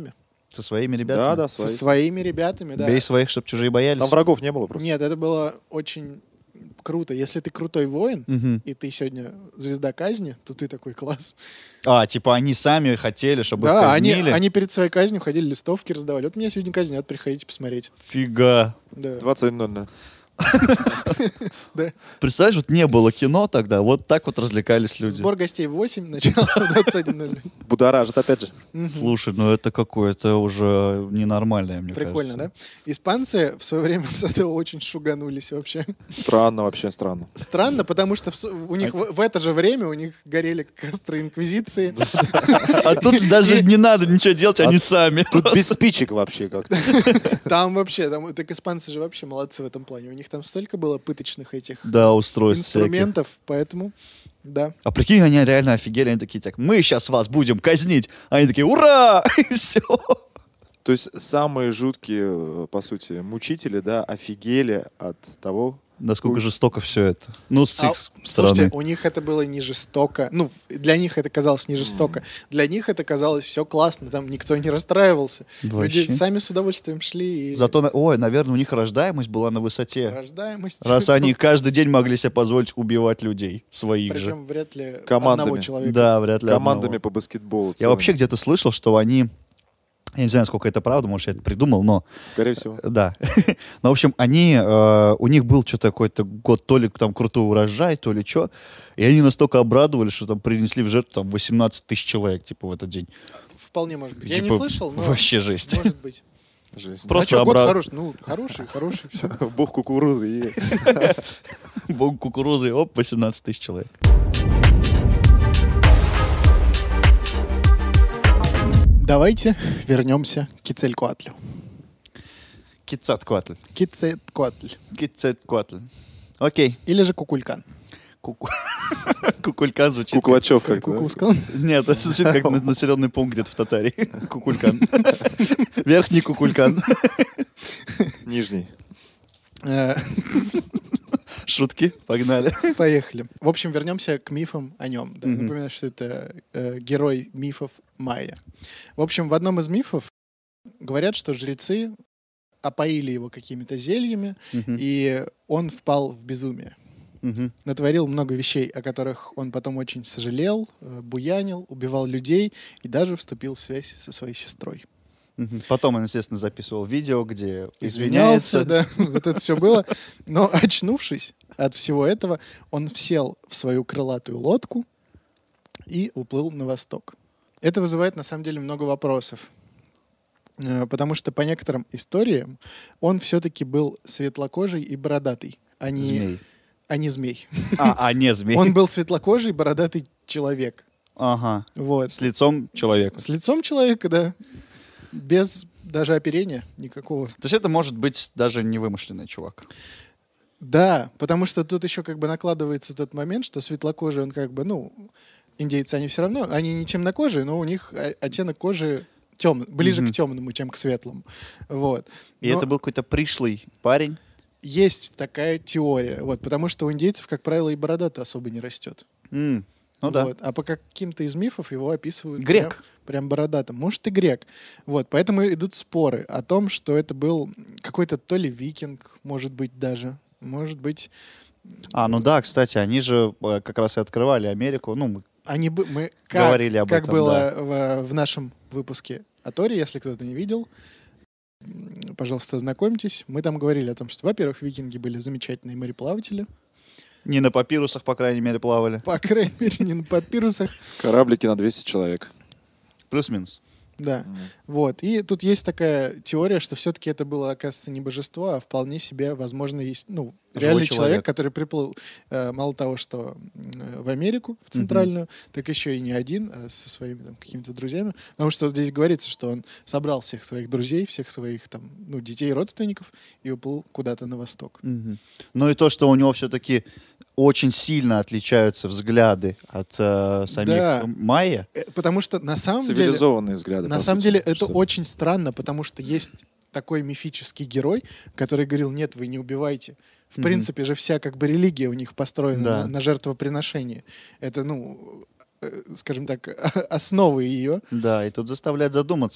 Со своими ребятами? Да, да, Со свои. своими ребятами, да. Бей своих, чтобы чужие боялись. Там врагов не было просто. Нет, это было очень круто. Если ты крутой воин, Мгм. и ты сегодня звезда казни, то ты такой класс. А, типа они сами хотели, чтобы их Да, они, казнили? они перед своей казнью ходили, листовки раздавали. Вот меня сегодня казнят, приходите посмотреть. Фига. Да. двадцать ноль ноль. Да. Представляешь, вот не было кино тогда, вот так вот развлекались люди. Сбор гостей в восемь, начало в двадцать один ноль ноль. Будоражит, опять же. Мгм. Слушай, ну это какое-то уже ненормальное, мне Прикольно, кажется. да? Испанцы в свое время с этого очень шуганулись вообще. Странно, вообще странно. Странно, потому что в с- у них в, в это же время у них горели костры инквизиции. А тут даже не надо ничего делать, они сами. Тут без спичек вообще как-то. Там вообще, там, так испанцы же вообще молодцы в этом плане. У них там столько было пыточных этих Да, устройств всяких. инструментов, поэтому, да. А прикинь, они реально офигели, они такие, так, мы сейчас вас будем казнить. Они такие, ура! И все. То есть самые жуткие, э, по сути, мучители, да, офигели от того. Насколько жестоко все это. Ну, с А, их слушайте, стороны. у них это было не жестоко. Ну, в- для них это казалось не жестоко. Для них это казалось все классно. Там никто не расстраивался. Люди Вообще. сами с удовольствием шли. И Зато, на- ой, наверное, у них рождаемость была на высоте. рождаемость. Раз они каждый день могли себе позволить убивать людей, своих же. Причем вряд ли Командами. одного человека. Да, вряд ли Командами одного. по баскетболу. Я целыми. вообще где-то слышал, что они... Я не знаю, сколько это правда, может, я это придумал, но... Скорее всего. Да. Но, в общем, они... э, у них был что-то какой-то год, то ли там крутой урожай, то ли что. И они настолько обрадовались, что там принесли в жертву там восемнадцать тысяч человек, типа, в этот день. Вполне может быть. Я не Типа, слышал, но Вообще жесть. может быть. Жесть. Просто а что, год обра- хороший? Ну, хороший, хороший, все. Бог кукурузы и... Бог кукурузы, оп, восемнадцать тысяч человек. Давайте вернемся к Кицелькоатлю. Кицаткуатль. Кицелькоатль. Кицаткуатль. Окей. Или же Кукулькан. Куку- Кукулькан звучит... Куклачев как-то. да? Кукулскан. Нет, это звучит как на- населенный пункт где-то в Татарии. Кукулькан. Верхний Кукулькан. Нижний. Э, Шутки, погнали. Поехали. В общем, вернемся к мифам о нем. Да, Мгм. Напоминаю, что это э, герой мифов майя. В общем, в одном из мифов говорят, что жрецы опоили его какими-то зельями, Мгм. и он впал в безумие. Мгм. Натворил много вещей, о которых он потом очень сожалел, э, буянил, убивал людей и даже вступил в связь со своей сестрой. Мгм. Потом он, естественно, записывал видео, где извиняется. Извинялся, да, вот это все было. Но очнувшись от всего этого, он сел в свою крылатую лодку и уплыл на восток. Это вызывает, на самом деле, много вопросов. Э, Потому что по некоторым историям он все-таки был светлокожий и бородатый, а не Змей. а не змей. А, а не змей. Он был светлокожий, бородатый человек. Ага. Вот. С лицом человека. С лицом человека, да. Без даже оперения никакого. То есть это может быть даже не вымышленный чувак. Да, потому что тут еще как бы накладывается тот момент, что светлокожий, он как бы, ну, индейцы, они все равно, они не темнокожие, но у них о- оттенок кожи темный, ближе Мгм. к темному, чем к светлому. Вот. И Но это был какой-то пришлый парень. есть такая теория, вот, потому что у индейцев, как правило, и борода-то особо не растет. М, Ну да. Вот. А по каким-то из мифов его описывают Грек. Прям, прям бородатым. Может, и грек. Вот. Поэтому идут споры о том, что это был какой-то то ли викинг, может быть, даже. Может быть... А, ну да, кстати, они же э, как раз и открывали Америку. Ну, мы- Они бы, мы как, Говорили об как этом, было в, в нашем выпуске о Торе, если кто-то не видел, м, пожалуйста, ознакомьтесь. Мы там говорили о том, что, во-первых, викинги были замечательные мореплаватели. не на папирусах, по крайней мере, плавали. По крайней мере, не на папирусах. Кораблики на двести человек. Плюс-минус. Да. Вот. И тут есть такая теория, что все-таки это было, оказывается, не божество, а вполне себе, возможно, есть, ну, Живой реальный человек. человек, который приплыл э, мало того, что э, в Америку, в центральную, так еще и не один, а со своими там какими-то друзьями. Потому что вот здесь говорится, что он собрал всех своих друзей, всех своих там, ну, детей и родственников и уплыл куда-то на восток. Мгм. Ну и то, что у него все-таки очень сильно отличаются взгляды от э, самих Да. майя. Э, Потому что на самом деле... Цивилизованные взгляды. На по самом сути, деле это что- очень странно, потому что есть такой мифический герой, который говорил, нет, вы не убивайте. В Мгм. принципе же вся как бы религия у них построена Да. на, на жертвоприношении. Это, ну, э, скажем так, основы ее. Да, и тут заставляет задуматься.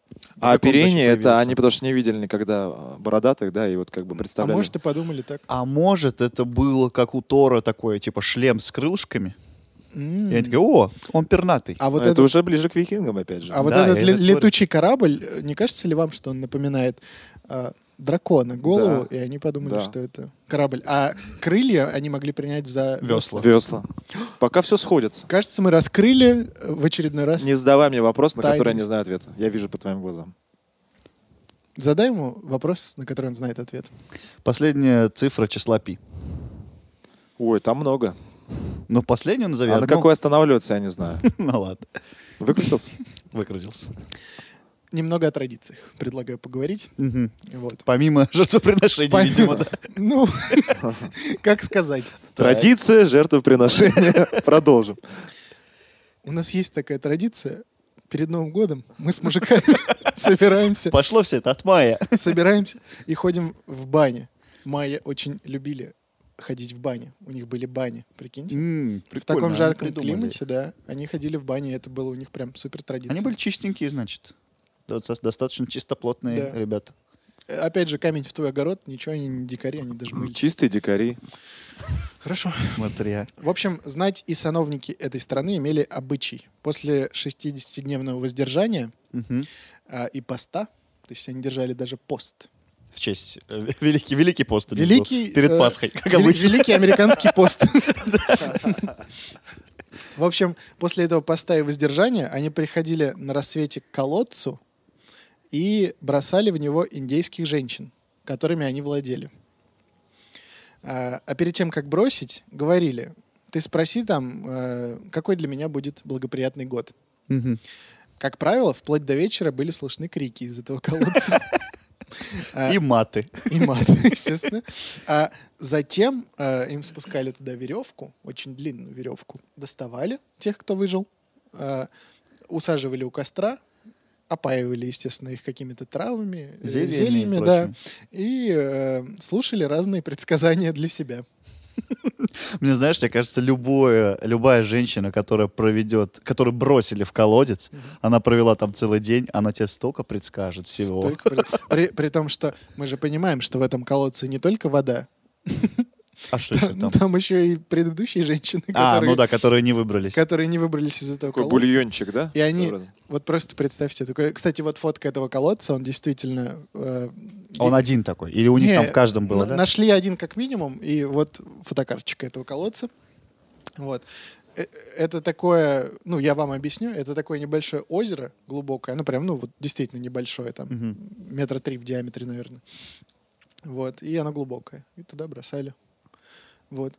А Как он вообще оперение это появился? они потому что не видели никогда а, бородатых, да, и вот как бы А представляли. может, и подумали так. А может, это было как у Тора такое, типа шлем с крылышками? М. И они такие, о, он пернатый. А вот это, это, уже ближе к викингам, опять же. а вот Да, этот я ле- это говорю. летучий корабль, э, не кажется ли вам, что он напоминает а, дракона голову, Да. и они подумали, Да. что это корабль. А крылья они могли принять за Весла. Весла. Пока все сходится. Кажется, мы раскрыли э, в очередной раз. Не задавай мне вопрос, на который я не Тайность. знаю ответа. Я вижу по твоим глазам. Задай ему вопрос, на который он знает ответ. Последняя цифра числа пи. Ой, там много. Ну, последнюю назови А на одну. какой останавливаться, я не знаю. Ну ладно, Выкрутился? выкрутился. Немного о традициях предлагаю поговорить. Мгм. Вот. Помимо жертвоприношений, Помимо- видимо, да. Ну, как сказать. Традиция жертвоприношения. Продолжим. У нас есть такая традиция. Перед Новым годом мы с мужиками собираемся, Пошло все это от мая. собираемся и ходим в бане. Майя очень любили ходить в бане. У них были бани, прикиньте. М, В прикольно, таком они жарком придумали. климате, да, они ходили в бане, и это было у них прям супер традиция. Они были чистенькие, значит. Доста- Достаточно чистоплотные Да. ребята. Э, Опять же, камень в твой огород, ничего, они не дикари, они даже мылись. Чистые дикари. Хорошо. Смотря. В общем, знать и сановники этой страны имели обычай. После шестидесятидневного воздержания Мгм. а, и поста, то есть они держали даже пост. В честь э, великий, великий пост. у них был. Великий, Перед э, Пасхой, как Вели- обычно. Великий американский пост. В общем, после этого поста и воздержания они приходили на рассвете к колодцу и бросали в него индейских женщин, которыми они владели. А а перед тем, как бросить, говорили: ты спроси там, э, какой для меня будет благоприятный год. Мгм. Как правило, вплоть до вечера были слышны крики из этого колодца. А, И маты. И мат, естественно. А затем э, им спускали туда веревку, очень длинную веревку, доставали тех, кто выжил, э, усаживали у костра, опаивали, естественно, их какими-то травами, э, Зельями и зельями, да, прочим. и э, слушали разные предсказания для себя. Мне, знаешь, мне кажется, любое, любая женщина, которая проведет, которую бросили в колодец, она провела там целый день, она тебе столько предскажет всего. Столько при, при- при том, что мы же понимаем, что в этом колодце не только вода, А что еще там, там? там еще и предыдущие женщины, А, которые, ну да, которые не выбрались. которые не выбрались из этого Такой колодца. бульончик, да? И они- Собран. Вот просто представьте. такое- Кстати, вот фотка этого колодца, он действительно... э, Он е- один такой? Или у них Не, там в каждом было, на- да? Нашли один как минимум, и вот фотокарточка этого колодца. Вот. Э, Это такое, ну, я вам объясню, это такое небольшое озеро глубокое, ну, прям, ну, вот действительно небольшое, там, Мгм. метра три в диаметре, наверное. Вот, и оно глубокое. И туда бросали. Вот.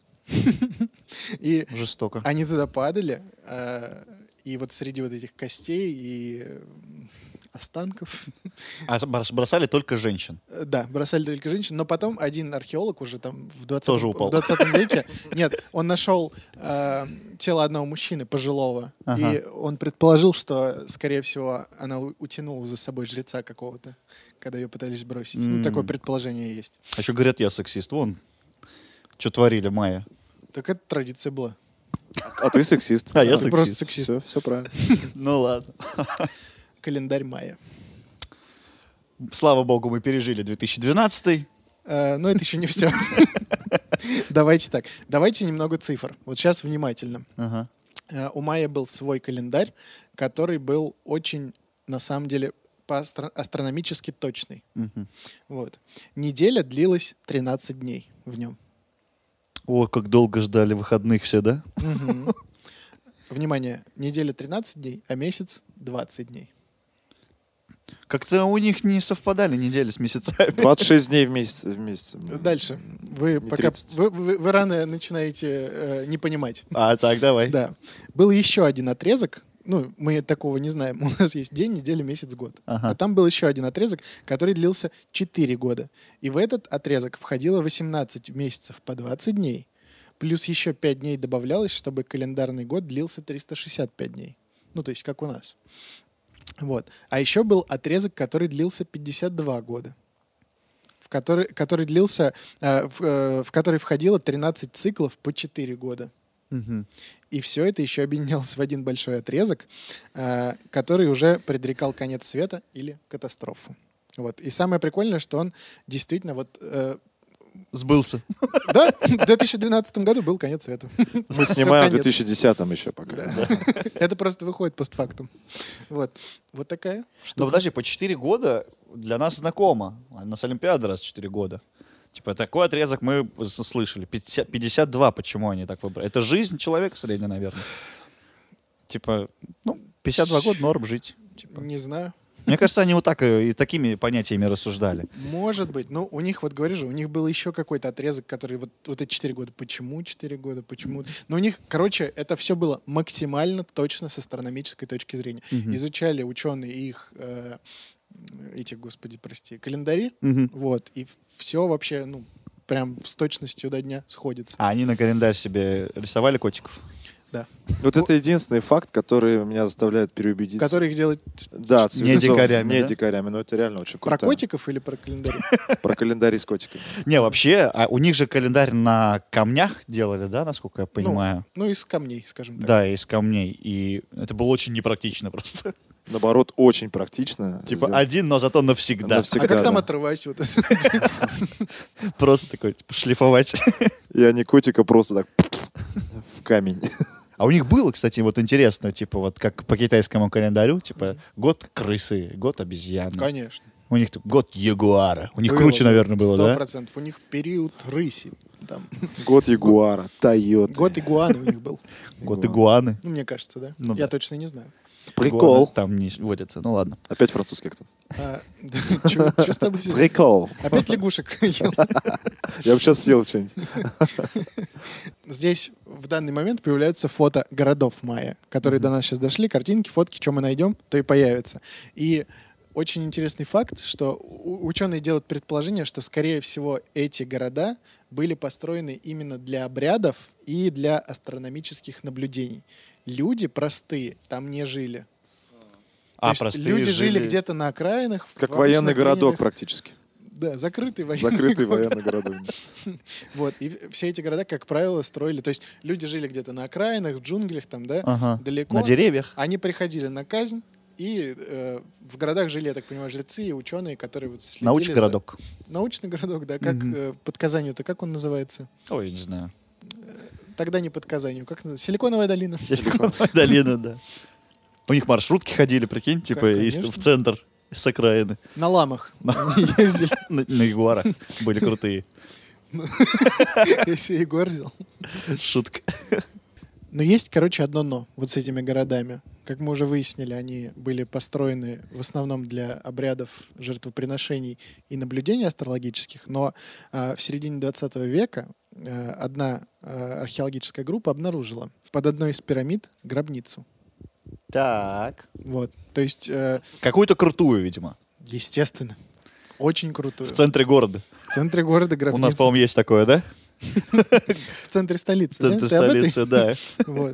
И Жестоко. они туда падали, а, и вот среди вот этих костей и э, останков, А брос- бросали только женщин. э, да, бросали только женщин, но потом один археолог уже там в Тоже двадцатом, упал. в двадцатом веке, нет, он нашел э, тело одного мужчины пожилого, Ага. и он предположил, что, скорее всего, она у- утянула за собой жреца какого-то, когда ее пытались бросить. Ну, М. такое предположение есть. А еще говорят, я сексист. Вон, что творили майя. Так это традиция была. А ты сексист. А я Ты просто сексист. Все, все правильно. Ну ладно. Календарь мая. Слава богу, мы пережили две тысячи двенадцатый. Э, Но это еще не все. Давайте так. Давайте немного цифр. Вот сейчас внимательно. Ага. Э, У Майя был свой календарь, который был очень, на самом деле, по астро- астрономически точный. Мгм. Вот. Неделя длилась тринадцать дней в нем. О, как долго ждали выходных все, да? Мгм. Внимание, неделя тринадцать дней, а месяц двадцать дней. Как-то у них не совпадали недели с месяцами. двадцать шесть дней в месяц. В месяц. Дальше. Вы Не пока тридцать. вы, вы- вы рано начинаете э, не понимать. А, так, давай. Да. Был еще один отрезок. Ну, мы такого не знаем. У нас есть день, неделя, месяц, год. Ага. А там был еще один отрезок, который длился четыре года. И в этот отрезок входило восемнадцать месяцев по двадцать дней. Плюс еще пять дней добавлялось, чтобы календарный год длился триста шестьдесят пять дней. Ну, то есть, как у нас. Вот. А еще был отрезок, который длился пятьдесят два года. В который, который длился, э, в, э, в который входило тринадцать циклов по четыре года. Мгм. И все это еще объединялось в один большой отрезок, э, который уже предрекал конец света или катастрофу. Вот. И самое прикольное, что он действительно вот... э, Сбылся. да, в две тысячи двенадцатом году был конец света. Мы Всё, снимаем в конец. две тысячи десятом еще пока. Да. Это просто выходит постфактум. Вот. Вот такая Но штука. подожди, по четыре года для нас знакомо. У нас Олимпиада раз в четыре года. Типа такой отрезок мы с- слышали. пятьдесят, пятьдесят два, почему они так выбрали? Это жизнь человека средняя, наверное. Типа, ну, пятьдесят два года норм жить. Типа. Не знаю. Мне кажется, они вот так и, и такими понятиями рассуждали. Может быть. Ну, у них, вот говорю же, у них был еще какой-то отрезок, который вот, вот эти четыре года. Почему четыре года? Почему? Но у них, короче, это все было максимально точно с астрономической точки зрения. Мгм. Изучали ученые их, э, эти, господи, прости, календари. Мгм. Вот. И все вообще, ну, прям с точностью до дня сходится. А они на календарь себе рисовали котиков? Да. Вот это единственный факт, который меня заставляет переубедиться. Который их делает Да, Не цивилизованный. дикарями, Не да? дикарями, но это реально очень про круто. котиков или про календарь? Про календарь с котиками. Не, вообще, а у них же календарь на камнях делали, да, насколько я понимаю? Ну, из камней, скажем так. Да, из камней. И это было очень непрактично просто. Наоборот, очень практично. Типа сделано. один, но зато навсегда. Навсегда. А как там да. отрывать вот это? Просто такой, типа, шлифовать. И они котика просто так в камень. А у них было, кстати, вот интересно, типа, вот как по китайскому календарю, типа, год крысы, год обезьяны. Конечно. У них тут год ягуара. У них Было, круче, было. наверное, было, Сто да? процентов. У них период рыси. Там. Год Ягуара, Тойота. Год игуаны у них был. Год игуаны. Ну, мне кажется, да. Ну Я да. точно не знаю. Прикол. Игуаны там не водятся. Ну ладно. Опять французский акцент. А, да, чё- чё с тобой? сегодня? Прикол. Опять лягушек ел. Я бы сейчас съел что-нибудь. Здесь в данный момент появляются фото городов майя, которые до нас сейчас дошли, картинки, фотки, что мы найдем, то и появится. И очень интересный факт, что у- ученые делают предположение, что, скорее всего, эти города были построены именно для обрядов и для астрономических наблюдений. Люди простые там не жили. То А, есть простые люди жили где-то на окраинах. в Как обычных военный городок деревнях. практически. Да, закрытый военный Закрытый город. военный городок. Вот, и в- все эти города, как правило, строили. То есть люди жили где-то на окраинах, в джунглях, там, да, Ага. далеко. На деревьях. Они приходили на казнь, и э, в городах жили, я так понимаю, жрецы и ученые, которые вот следили Научный за- городок. Научный городок, да. Как Мгм. э, под Казанью-то, как он называется? Ой, я не знаю. Тогда не под Казанью. Как называется? Силиконовая долина. Силиконовая долина, да. У них маршрутки ходили, прикинь, типа Как, из- конечно. в центр, с окраины. На ламах они ездили. На, на ягуарах были крутые. Если Егор взял. Шутка. Но есть, короче, одно но вот с этими городами. Как мы уже выяснили, они были построены в основном для обрядов жертвоприношений и наблюдений астрологических, но а, в середине двадцатого века а, одна а, археологическая группа обнаружила под одной из пирамид гробницу. Так. Вот. То есть, э, Какую-то крутую, видимо. естественно, очень крутую. В центре города. В центре города У гробница. нас, по-моему, есть такое, да? В центре столицы. В центре да? Ты об этой? столицы, да. Вот.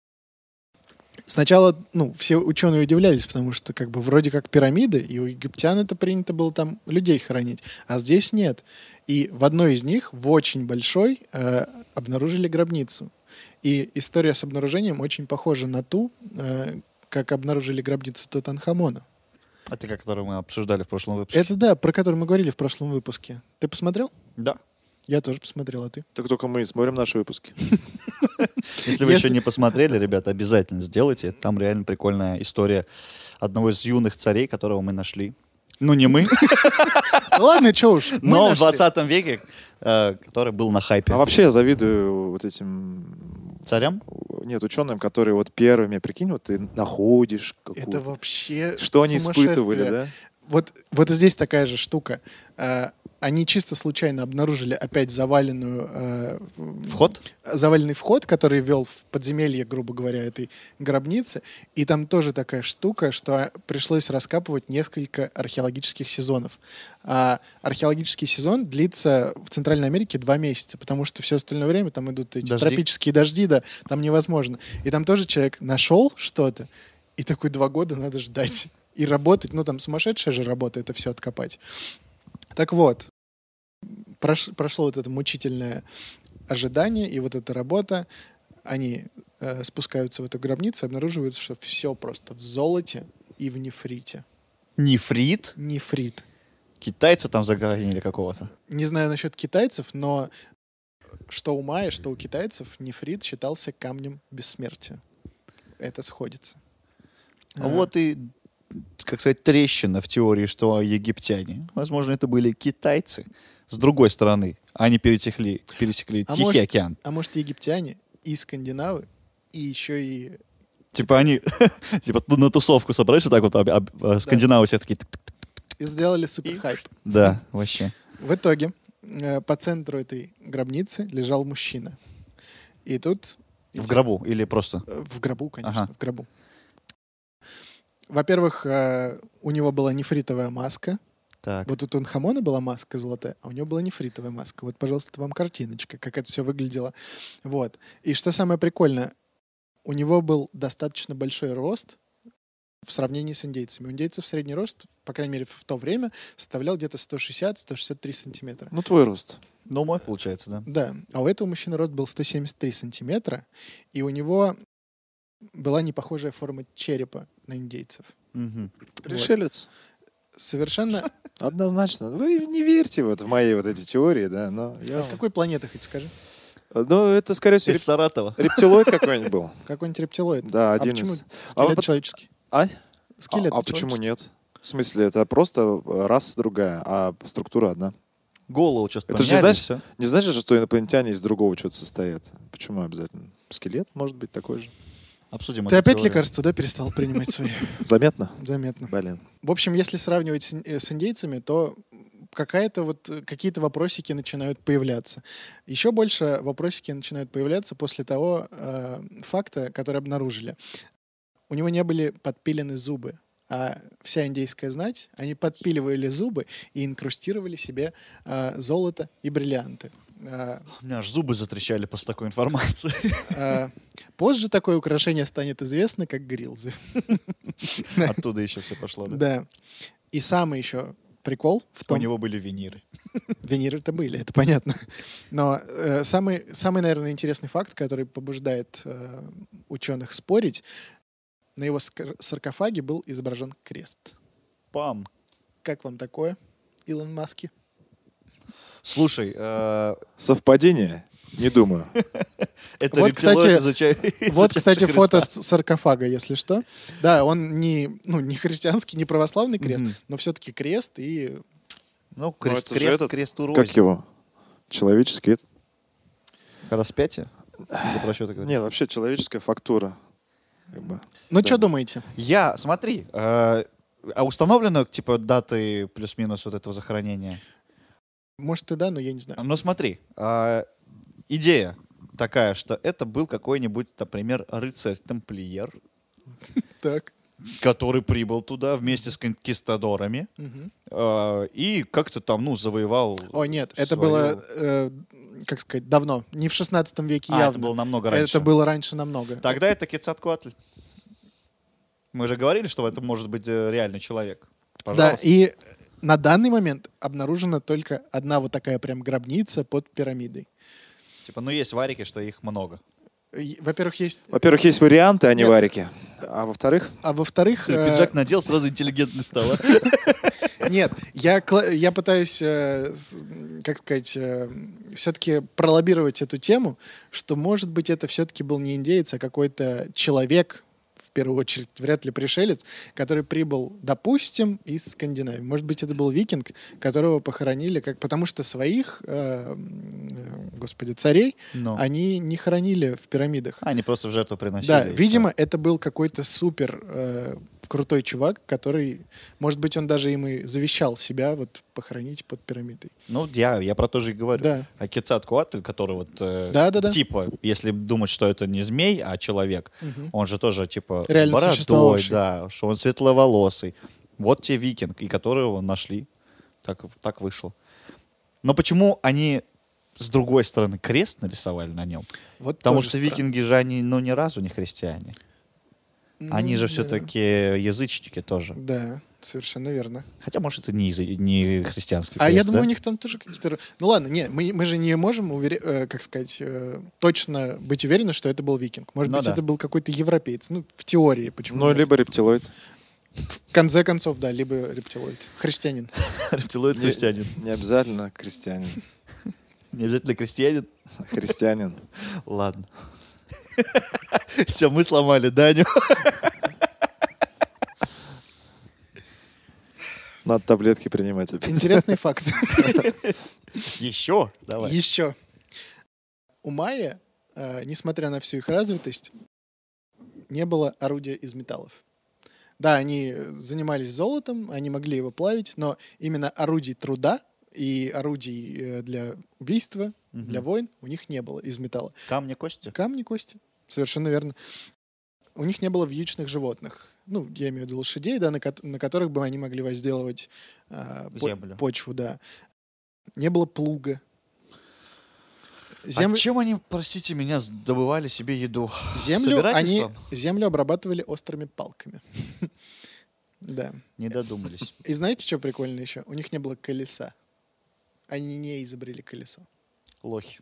Сначала, ну, все ученые удивлялись, потому что, как бы, вроде как пирамиды, и у египтян это принято было там людей хоронить, а здесь нет. И в одной из них, в очень большой, э, обнаружили гробницу. И история с обнаружением очень похожа на ту, э, как обнаружили гробницу Тутанхамона. Это как, который мы обсуждали в прошлом выпуске. Это, да, про который мы говорили в прошлом выпуске. Ты посмотрел? Да. Я тоже посмотрел, а ты? Так только мы и смотрим наши выпуски. Если вы Если- еще не посмотрели, ребята, обязательно сделайте. Там реально прикольная история одного из юных царей, которого мы нашли. Ну, не мы, Ну ладно, что уж. мы но в нашли. двадцатом веке, э, который был на хайпе. А вообще я завидую вот этим... Царям? Нет, ученым, которые вот первыми, прикинь, вот ты находишь Это какую-то... вообще Что они испытывали, сумасшествие. да? Вот, вот и здесь такая же штука. Э, Они чисто случайно обнаружили опять заваленную, э, Вход? заваленный вход, который вел в подземелье, грубо говоря, этой гробницы. И там тоже такая штука, что пришлось раскапывать несколько археологических сезонов. А археологический сезон длится в Центральной Америке два месяца, потому что все остальное время там идут эти Дожди. тропические дожди, да, там невозможно. И там тоже человек нашел что-то, и такой два года надо ждать. И работать, ну там сумасшедшая же работа, это все откопать. Так вот, прош- прошло вот это мучительное ожидание и вот эта работа. они э, спускаются в эту гробницу и обнаруживают, что все просто в золоте и в нефрите. Нефрит? Нефрит. Китайца там загоранили какого-то? Не знаю насчет китайцев, но что у майя, что у китайцев нефрит считался камнем бессмертия. Это сходится. А вот и, как сказать, трещина в теории, что египтяне, возможно, это были китайцы. С другой стороны, они пересекли, пересекли А Тихий может- океан. А может, египтяне и скандинавы, и еще и... Типа они типа на тусовку собрались вот так вот, об- об- а скандинавы все такие... и сделали супер хайп. Да, вообще. В итоге э, по центру этой гробницы лежал мужчина. И тут... В гробу или просто... Э, В гробу, конечно, Ага. в гробу. Во-первых, э, у него была нефритовая маска. Так. Вот у Тутанхамона была маска золотая, а у него была нефритовая маска. Вот, пожалуйста, вам картиночка, как это все выглядело. Вот. И что самое прикольное, у него был достаточно большой рост в сравнении с индейцами. У индейцев средний рост, по крайней мере, в то время, составлял где-то сто шестьдесят - сто шестьдесят три сантиметра. Ну, твой рост. Ну, мой получается, да. Да, а у этого мужчины рост был сто семьдесят три сантиметра, и у него была непохожая форма черепа на индейцев. Мгм. Пришелец. Совершенно... Однозначно. Вы не верьте вот в мои вот эти теории, да, но я... А с какой планеты, хоть скажи? Ну, это, скорее всего, Из реп- Саратова. рептилоид какой-нибудь был. Какой-нибудь рептилоид? Да, А один почему из... скелет А вот- человеческий? А? Скелет а, а почему человеческий. нет? В смысле, это просто раса другая, а структура одна. Голову что-то Это же поменяли, значит- всё. Не значит же, что инопланетяне из другого чего-то состоят. Почему обязательно? Скелет может быть такой же. Обсудим Ты эту опять теорию. лекарства, да, перестал принимать свои? Заметно? Заметно. Блин. В общем, если сравнивать с ин- э, с индейцами, то какая-то вот, э, какие-то вопросики начинают появляться. Еще больше вопросики начинают появляться после того э, факта, который обнаружили. У него не были подпилены зубы, а вся индейская знать, они подпиливали зубы и инкрустировали себе э, золото и бриллианты. Э, У меня аж зубы затрещали после такой информации. э, Позже такое украшение станет известно как грилзы. Оттуда еще все пошло, да? Да. И самый еще прикол в У том... него были виниры. Венеры-то были, это понятно. Но э, самый, самый, наверное, интересный факт, который побуждает э, ученых спорить, на его скар- саркофаге был изображен крест. Пам. Как вам такое, Илон Маски? Слушай, э, Совпадение? Не думаю. это Вот, рептилоид, кстати, изучай- Вот, изучавший кстати, Христа. фото с- саркофага, если что. Да, он не, ну, не христианский, не православный крест, Мгм. но все-таки крест и... Ну, крест, это же крест, этот, кресту рознь. Как его? Человеческий? это? Распятие? Или про что ты говоришь? Не, вообще человеческая фактура. Как бы. Ну, Да. что думаете? Я, смотри, э, а установлено, типа, даты плюс-минус вот этого захоронения? Может, и да, но я не знаю. Ну, смотри, э, идея такая, что это был какой-нибудь, например, рыцарь-тамплиер, Так. который прибыл туда вместе с конкистадорами Мгм. э, и как-то там, ну, завоевал... О, нет, это свою- было, э, как сказать, давно. Не в шестнадцатом веке А, явно. это было намного раньше. Это было раньше намного. Тогда это Кецалькоатль. Мы же говорили, что это может быть э, реальный человек. Да, Пожалуйста. и на данный момент обнаружена только одна вот такая прям гробница под пирамидой. Типа, ну, есть варики, что их много. И, Во-первых, есть... Во-первых, есть варианты, а не Нет. варики. А во-вторых, А во-вторых... Всё, э, пиджак надел, сразу интеллигентный стал. а? Нет, я, кла- я пытаюсь, э, с- как сказать, все-таки пролоббировать эту тему, что, может быть, это все-таки был не индеец, а какой-то человек, в первую очередь, вряд ли пришелец, который прибыл, допустим, из Скандинавии. Может быть, это был викинг, которого похоронили, как, потому что своих, э, м, господи, царей Ну. они не хоронили в пирамидах. Они просто в жертву приносили. Да, и видимо, это был какой-то супер э, крутой чувак, который, может быть, он даже им и завещал себя вот похоронить под пирамидой. всё. Ну, я, я про то же и говорю. Да. А Кецалькоатль, который вот... э, Да-да-да. Типа, если думать, что это не змей, а человек, Мгм. он же тоже, типа, Реально с бородой, существовавший. да, что он светловолосый. Вот те викинг, и которого нашли. Так, так вышло. Но почему они с другой стороны крест нарисовали на нем? Вот Потому тоже что странно. викинги же, они, ну, ни разу не христиане. Они Ну, же да. все-таки язычники тоже. Да. Совершенно верно. Хотя, может, это не, из- не христианский А крест, я думаю, да? у них там тоже какие-то... Ну ладно, не, мы, мы же не можем, увери- э, как сказать, э, точно быть уверены, что это был викинг. Может Ну быть, да. это был какой-то европеец. Ну, в теории, почему Ну, нет? либо рептилоид. В конце концов, да, либо рептилоид. Христианин. Рептилоид Не- христианин. Не обязательно крестьянин. Не обязательно крестьянин. Христианин. Ладно. Все, мы сломали Даню. Надо таблетки принимать опять. Интересный факт. Еще? Давай. Еще. У майя, э, несмотря на всю их развитость, не было орудия из металлов. Да, они занимались золотом, они могли его плавить, но именно орудий труда и орудий э, для убийства, Мгм. для войн у них не было из металла. Камни, кости? Камни, кости. Совершенно верно. У них не было вьючных животных. Ну, я имею в виду лошадей, да, на, ко- на которых бы они могли возделывать а, по- Землю. почву, да. Не было плуга. Зем- А чем они, простите меня, добывали себе еду? Землю они Собирательством? землю обрабатывали острыми палками. Да. Не додумались. И знаете, что прикольно еще? У них не было колеса. Они не изобрели колесо. Лохи.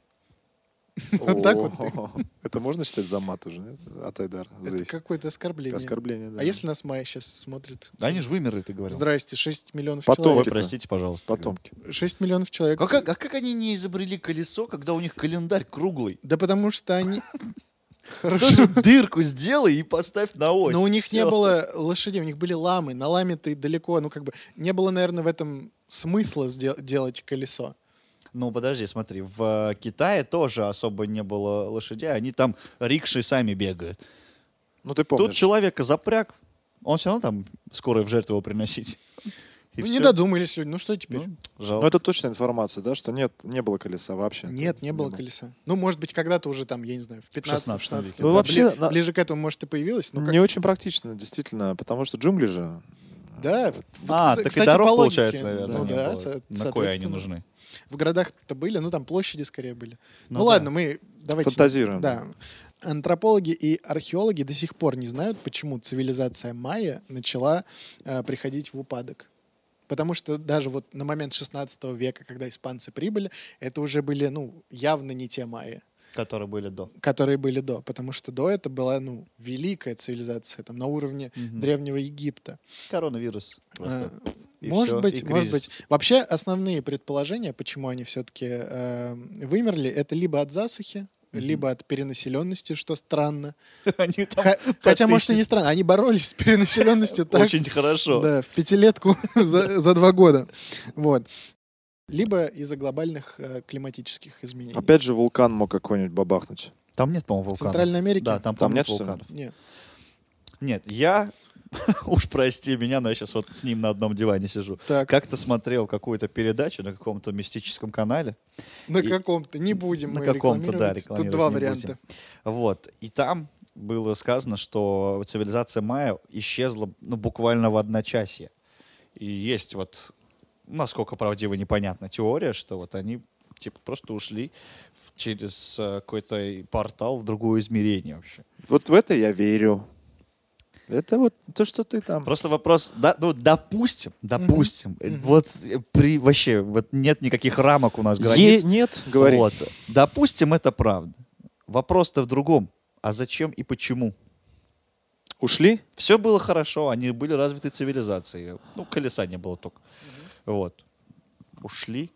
Вот так вот О, это можно считать за мат уже, нет? От Айдара. За Это их какое-то оскорбление. оскорбление, да. А если нас Майя сейчас смотрит? Да они же вымерли, ты говорил. Здрасте, шесть миллионов Потом. Ой, человек. Потомки-то. простите, пожалуйста. Потомки. шесть миллионов человек. А как, а как они не изобрели колесо, когда у них календарь круглый? Да потому что они... Хорошо. Тоже дырку сделай и поставь на ось. Но у них не Всё. было лошадей, у них были ламы. На ламе ты далеко, ну как бы... Не было, наверное, в этом смысла сдел- делать колесо. Ну, подожди, смотри, в э, Китае тоже особо не было лошадей, они там рикши сами бегают. Ну, ты Тут помнишь. человека запряг, он все равно там скоро в жертву его приносить. И Ну, всё. не додумались люди. Ну что теперь? Ну, жалко. Ну, это точная информация, да, что нет, не было колеса вообще. Нет, не было колеса. Ну, может быть, когда-то уже там, я не знаю, в пятнадцатом шестнадцатом шестнадцатом. веке. Ну, да, вообще, бли- на- ближе к этому, может, и появилось. Ну, как- Не очень практично, действительно, потому что джунгли же... Да. вот, А, кс- так кстати, и дорог, по логике, получается, наверное, Ну не да, было. со- На кое они соответственно. нужны? В городах-то были, ну там площади скорее были. Ну, Ну да. ладно, мы давайте... Фантазируем. Да. Антропологи и археологи до сих пор не знают, почему цивилизация майя начала э, приходить в упадок. Потому что даже вот на момент шестнадцатого века, когда испанцы прибыли, это уже были, ну, явно не те майя, Которые были до. которые были до. Потому что до это была, ну, великая цивилизация, там, на уровне Мгм. Древнего Египта. Коронавирус. просто. А, И Может всё, быть, и может кризис. быть. Вообще основные предположения, почему они все-таки вымерли, это либо от засухи, Мгм. либо от перенаселенности, что странно. Они там Ха- Хотя, может, и тысячи- не странно. Они боролись с перенаселенностью так, Очень хорошо. да, в пятилетку за, за два года. Вот. Либо из-за глобальных э, климатических изменений. Опять же, вулкан мог какой-нибудь бабахнуть. Там нет, по-моему, В вулканов. Центральной Америке? Да, там, Там по-моему, нет, что ли? вулканов. Нет. Нет, я, уж прости меня, но я сейчас вот с ним на одном диване сижу. Так, Как-то смотрел какую-то передачу на каком-то мистическом канале. на и- каком-то. Не будем на мы каком-то, да, рекламировать. Тут рекламировать два не варианта. Вот. И там было сказано, что цивилизация майя исчезла ну, буквально в одночасье. И есть вот, насколько правдиво, непонятно, теория, что вот они типа просто ушли в- через э, какой-то портал в другое измерение вообще. Вот в это я верю. Это вот то, что ты там... Просто вопрос, да, ну, допустим, допустим, э, Мгм. вот э, при вообще вот нет никаких рамок у нас Е- границ. Нет, говори. Вот. Допустим, это правда. Вопрос-то в другом. А зачем и почему? Ушли? Все было хорошо, они были развиты цивилизацией. Ну, колеса не было только. Вот. Ушли.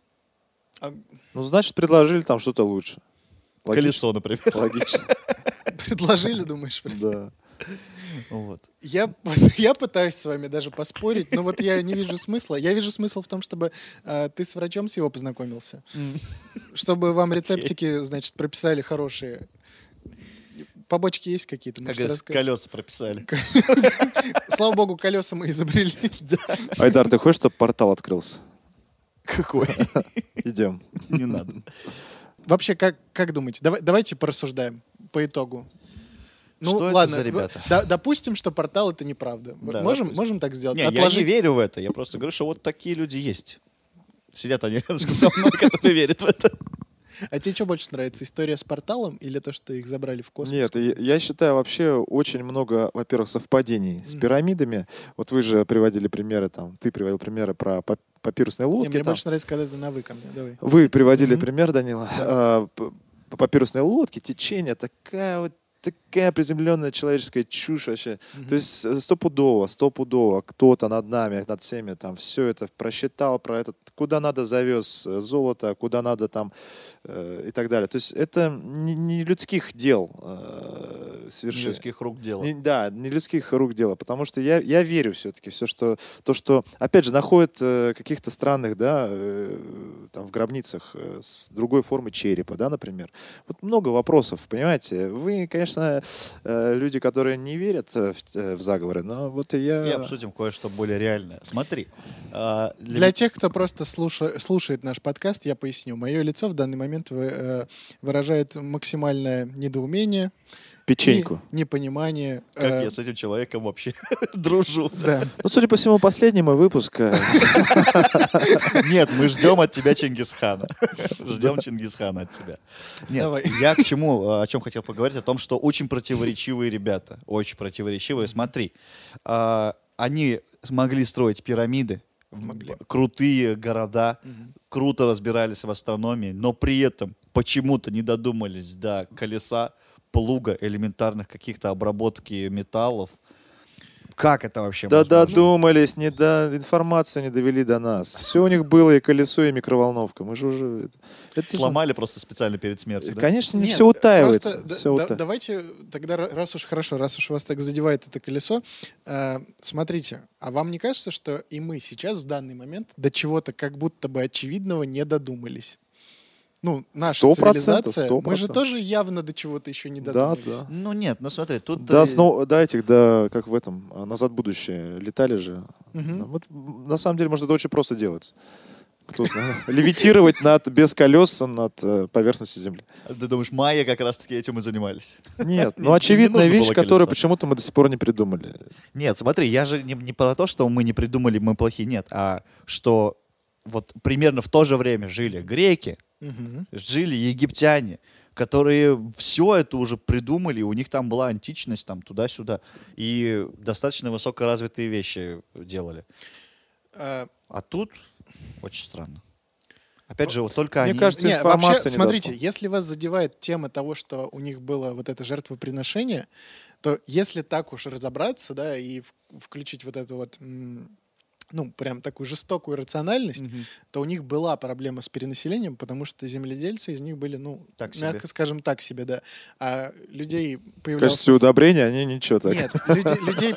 А Ну, значит, предложили там что-то лучше. Логично. Колесо, например. Логично. предложили, думаешь? Да. Вот. Я, я пытаюсь с вами даже поспорить, но вот я не вижу смысла. Я вижу смысл в том, чтобы э, ты с врачом с его познакомился. Чтобы вам рецептики, значит, прописали хорошие. Побочки есть какие-то? Как Может, говорится, расскажешь? колеса прописали. Слава богу, колеса мы изобрели. Айдар, ты хочешь, чтобы портал открылся? Какой? Идем. Не надо. Вообще, как, как думаете? Давай, давайте порассуждаем по итогу. Ну, Что это ладно, за ребята? д- допустим, что портал — это неправда. Да, можем, допустим. можем так сделать? Не, я не Отложить- верю в это. Я просто говорю, что вот такие люди есть. Сидят они рядом со мной, которые верят в это. А тебе что больше нравится, история с порталом или то, что их забрали в космос? Нет, я, я считаю вообще очень много, во-первых, совпадений с Мгм. пирамидами. Вот вы же приводили примеры, там, ты приводил примеры про пап- папирусные Не, лодки. мне там. больше нравится, когда ты на вы ко мне. Давай. Вы приводили Мгм. пример, Данила. А, п- п- папирусные лодки, течение, такая вот такая приземленная человеческая чушь вообще. Мгм. То есть э, стопудово, стопудово кто-то над нами, над всеми там все это просчитал, про этот, куда надо завез э, золото, куда надо там э, и так далее. То есть это не, не людских дел э, соверши- Людских рук дело. не- да, не людских рук дело, потому что я, я верю все-таки все, что то, что опять же находят э, каких-то странных, да, э, там в гробницах э, с другой формы черепа, да, например. Вот много вопросов, понимаете. Вы, конечно, э, люди, которые не верят э, в, э, в заговоры, но вот и я. И обсудим кое-что более реальное. Смотри. а, для Для тех, кто просто слуша- слушает наш подкаст, я поясню. Мое лицо в данный момент вы- э, выражает максимальное недоумение, Печеньку. не- непонимание. Как э, я с этим человеком вообще дружу. Да. Ну, судя по всему, последний мой выпуск. э, Нет, мы ждем от тебя Чингисхана. Ждем Чингисхана от тебя. Нет, Давай. я к чему, о чем хотел поговорить, о том, что очень противоречивые ребята. Очень противоречивые. Смотри, а, они смогли строить пирамиды, Могли. б- крутые города, круто разбирались в астрономии, но при этом почему-то не додумались до колеса, плуга, элементарных каких-то обработки металлов. Как это вообще Да возможно? додумались, не до, информацию не довели до нас. Все у них было, и колесо, и микроволновка. Мы же уже... это- это же- Сломали просто специально перед смертью, да? Конечно, не Нет, все утаивается. просто да- всё да- ута- давайте тогда, ра- раз уж хорошо, раз уж вас так задевает это колесо, э, смотрите, а вам не кажется, что и мы сейчас в данный момент до чего-то как будто бы очевидного не додумались? Ну, наша Сто процентов, цивилизация, сто мы же процентов. тоже явно до чего-то еще не Да, додумались. да. Ну нет, ну смотри, тут... Да, э, сно- да, этих, да, как в этом, а, «Назад в будущее» летали же. Мгм. Ну, вот, м, на самом деле, может, это очень просто делать. Кто знает. Левитировать над, без колес над э, поверхностью Земли. Ты думаешь, майя как раз-таки этим и занимались? Нет, Нет, ну не очевидная нужно вещь, было которую колесо. почему-то мы до сих пор не придумали. Нет, смотри, я же не, не про то, что мы не придумали, мы плохие, нет, а что вот примерно в то же время жили греки, Мгм. жили египтяне, которые все это уже придумали, у них там была античность, там туда-сюда, и достаточно высокоразвитые вещи делали. А, А тут очень странно. Опять же, вот только Мне они... кажется, Не, информация вообще, не смотрите, дошла. если вас задевает тема того, что у них было вот это жертвоприношение, то если так уж разобраться, да, и в- включить вот эту вот, м, ну, прям такую жестокую рациональность, Мгм. то у них была проблема с перенаселением, потому что земледельцы из них были, ну, Так себе. мягко скажем, так себе, да. А людей В появлялся... качестве удобрения они ничего так. Нет, людей, людей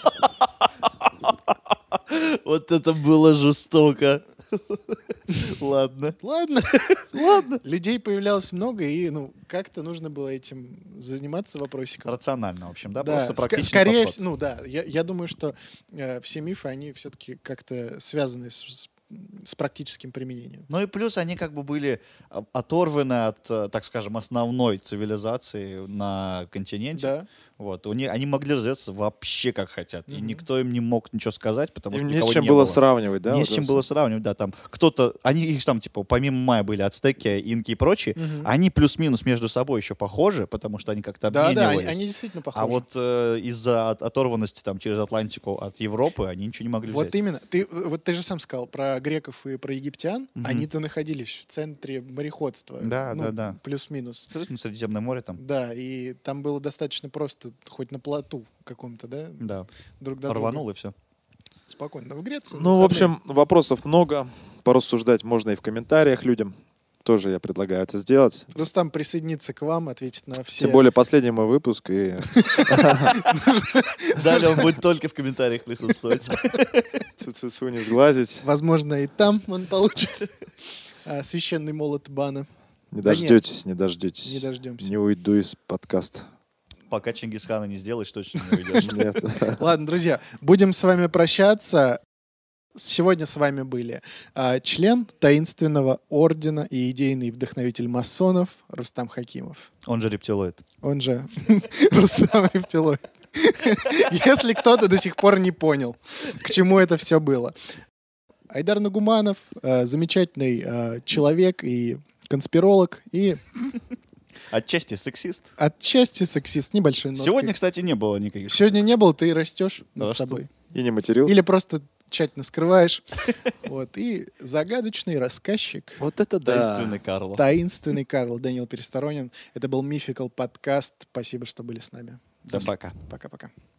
Вот это было жестоко. Ладно. Ладно, ладно. Людей появлялось много, и ну как-то нужно было этим заниматься вопросиком. Рационально, в общем, да? Да, Просто ска- практичный скорее подход. всего, ну да, я, я думаю, что э, все мифы, они все-таки как-то связаны с, с- с практическим применением. Ну и плюс они как бы были а, оторваны от, э, так скажем, основной цивилизации на континенте. Да. Вот. У них, они могли развиваться вообще как хотят. И Мгм. никто им не мог ничего сказать, потому что Им не никого с чем не было было. сравнивать, да? не вот с чем это было всё? сравнивать, да, там кто-то, они их там, типа, помимо майя были ацтеки, инки и прочие, Мгм. они плюс-минус между собой еще похожи, потому что они как-то Да, да, обменивались. они, они действительно похожи. А вот э, из-за от- оторванности там через Атлантику от Европы они ничего не могли Вот взять. именно. Ты, вот ты же сам сказал про греков и про египтян. Мгм. Они-то находились в центре мореходства. Да, ну, да, да. Плюс-минус. Абсолютно Средиземное море там. Да, и там было достаточно просто, хоть на плоту каком-то, да, Да, друг до друга. рванул и все. Спокойно. В Грецию. Ну, в выходные. общем, вопросов много. Порассуждать можно и в комментариях людям. Тоже я предлагаю это сделать. Рустам присоединится к вам, ответит на все. Тем более последний мой выпуск. И Далее он будет только в комментариях присутствовать. тьфу-тьфу-тьфу, не сглазить. Возможно, и там он получит а, священный молот бана. Не Да нет. дождетесь, не дождетесь. Не дождемся. Не уйду из подкаста. Пока Чингисхана не сделаешь, точно не уйдешь. Нет. Ладно, друзья, будем с вами прощаться. Сегодня с вами были а, член таинственного ордена и идейный вдохновитель масонов Рустам Хакимов. Он же рептилоид. Он же Рустам Рептилоид. Если кто-то до сих пор не понял, к чему это все было. Айдар Нагуманов, э, замечательный э, человек, и конспиролог и Отчасти сексист. отчасти сексист небольшой ноткой. Сегодня, кстати, не было никаких. Сегодня не было, ты растешь над Расту. собой. И не матерился. Или просто тщательно скрываешь. Вот. И загадочный рассказчик. Вот это да. Таинственный Карл. Таинственный Карл Дэниел Пересторонин. Это был Мификал подкаст. Спасибо, что были с нами. Да, пока. Пока-пока.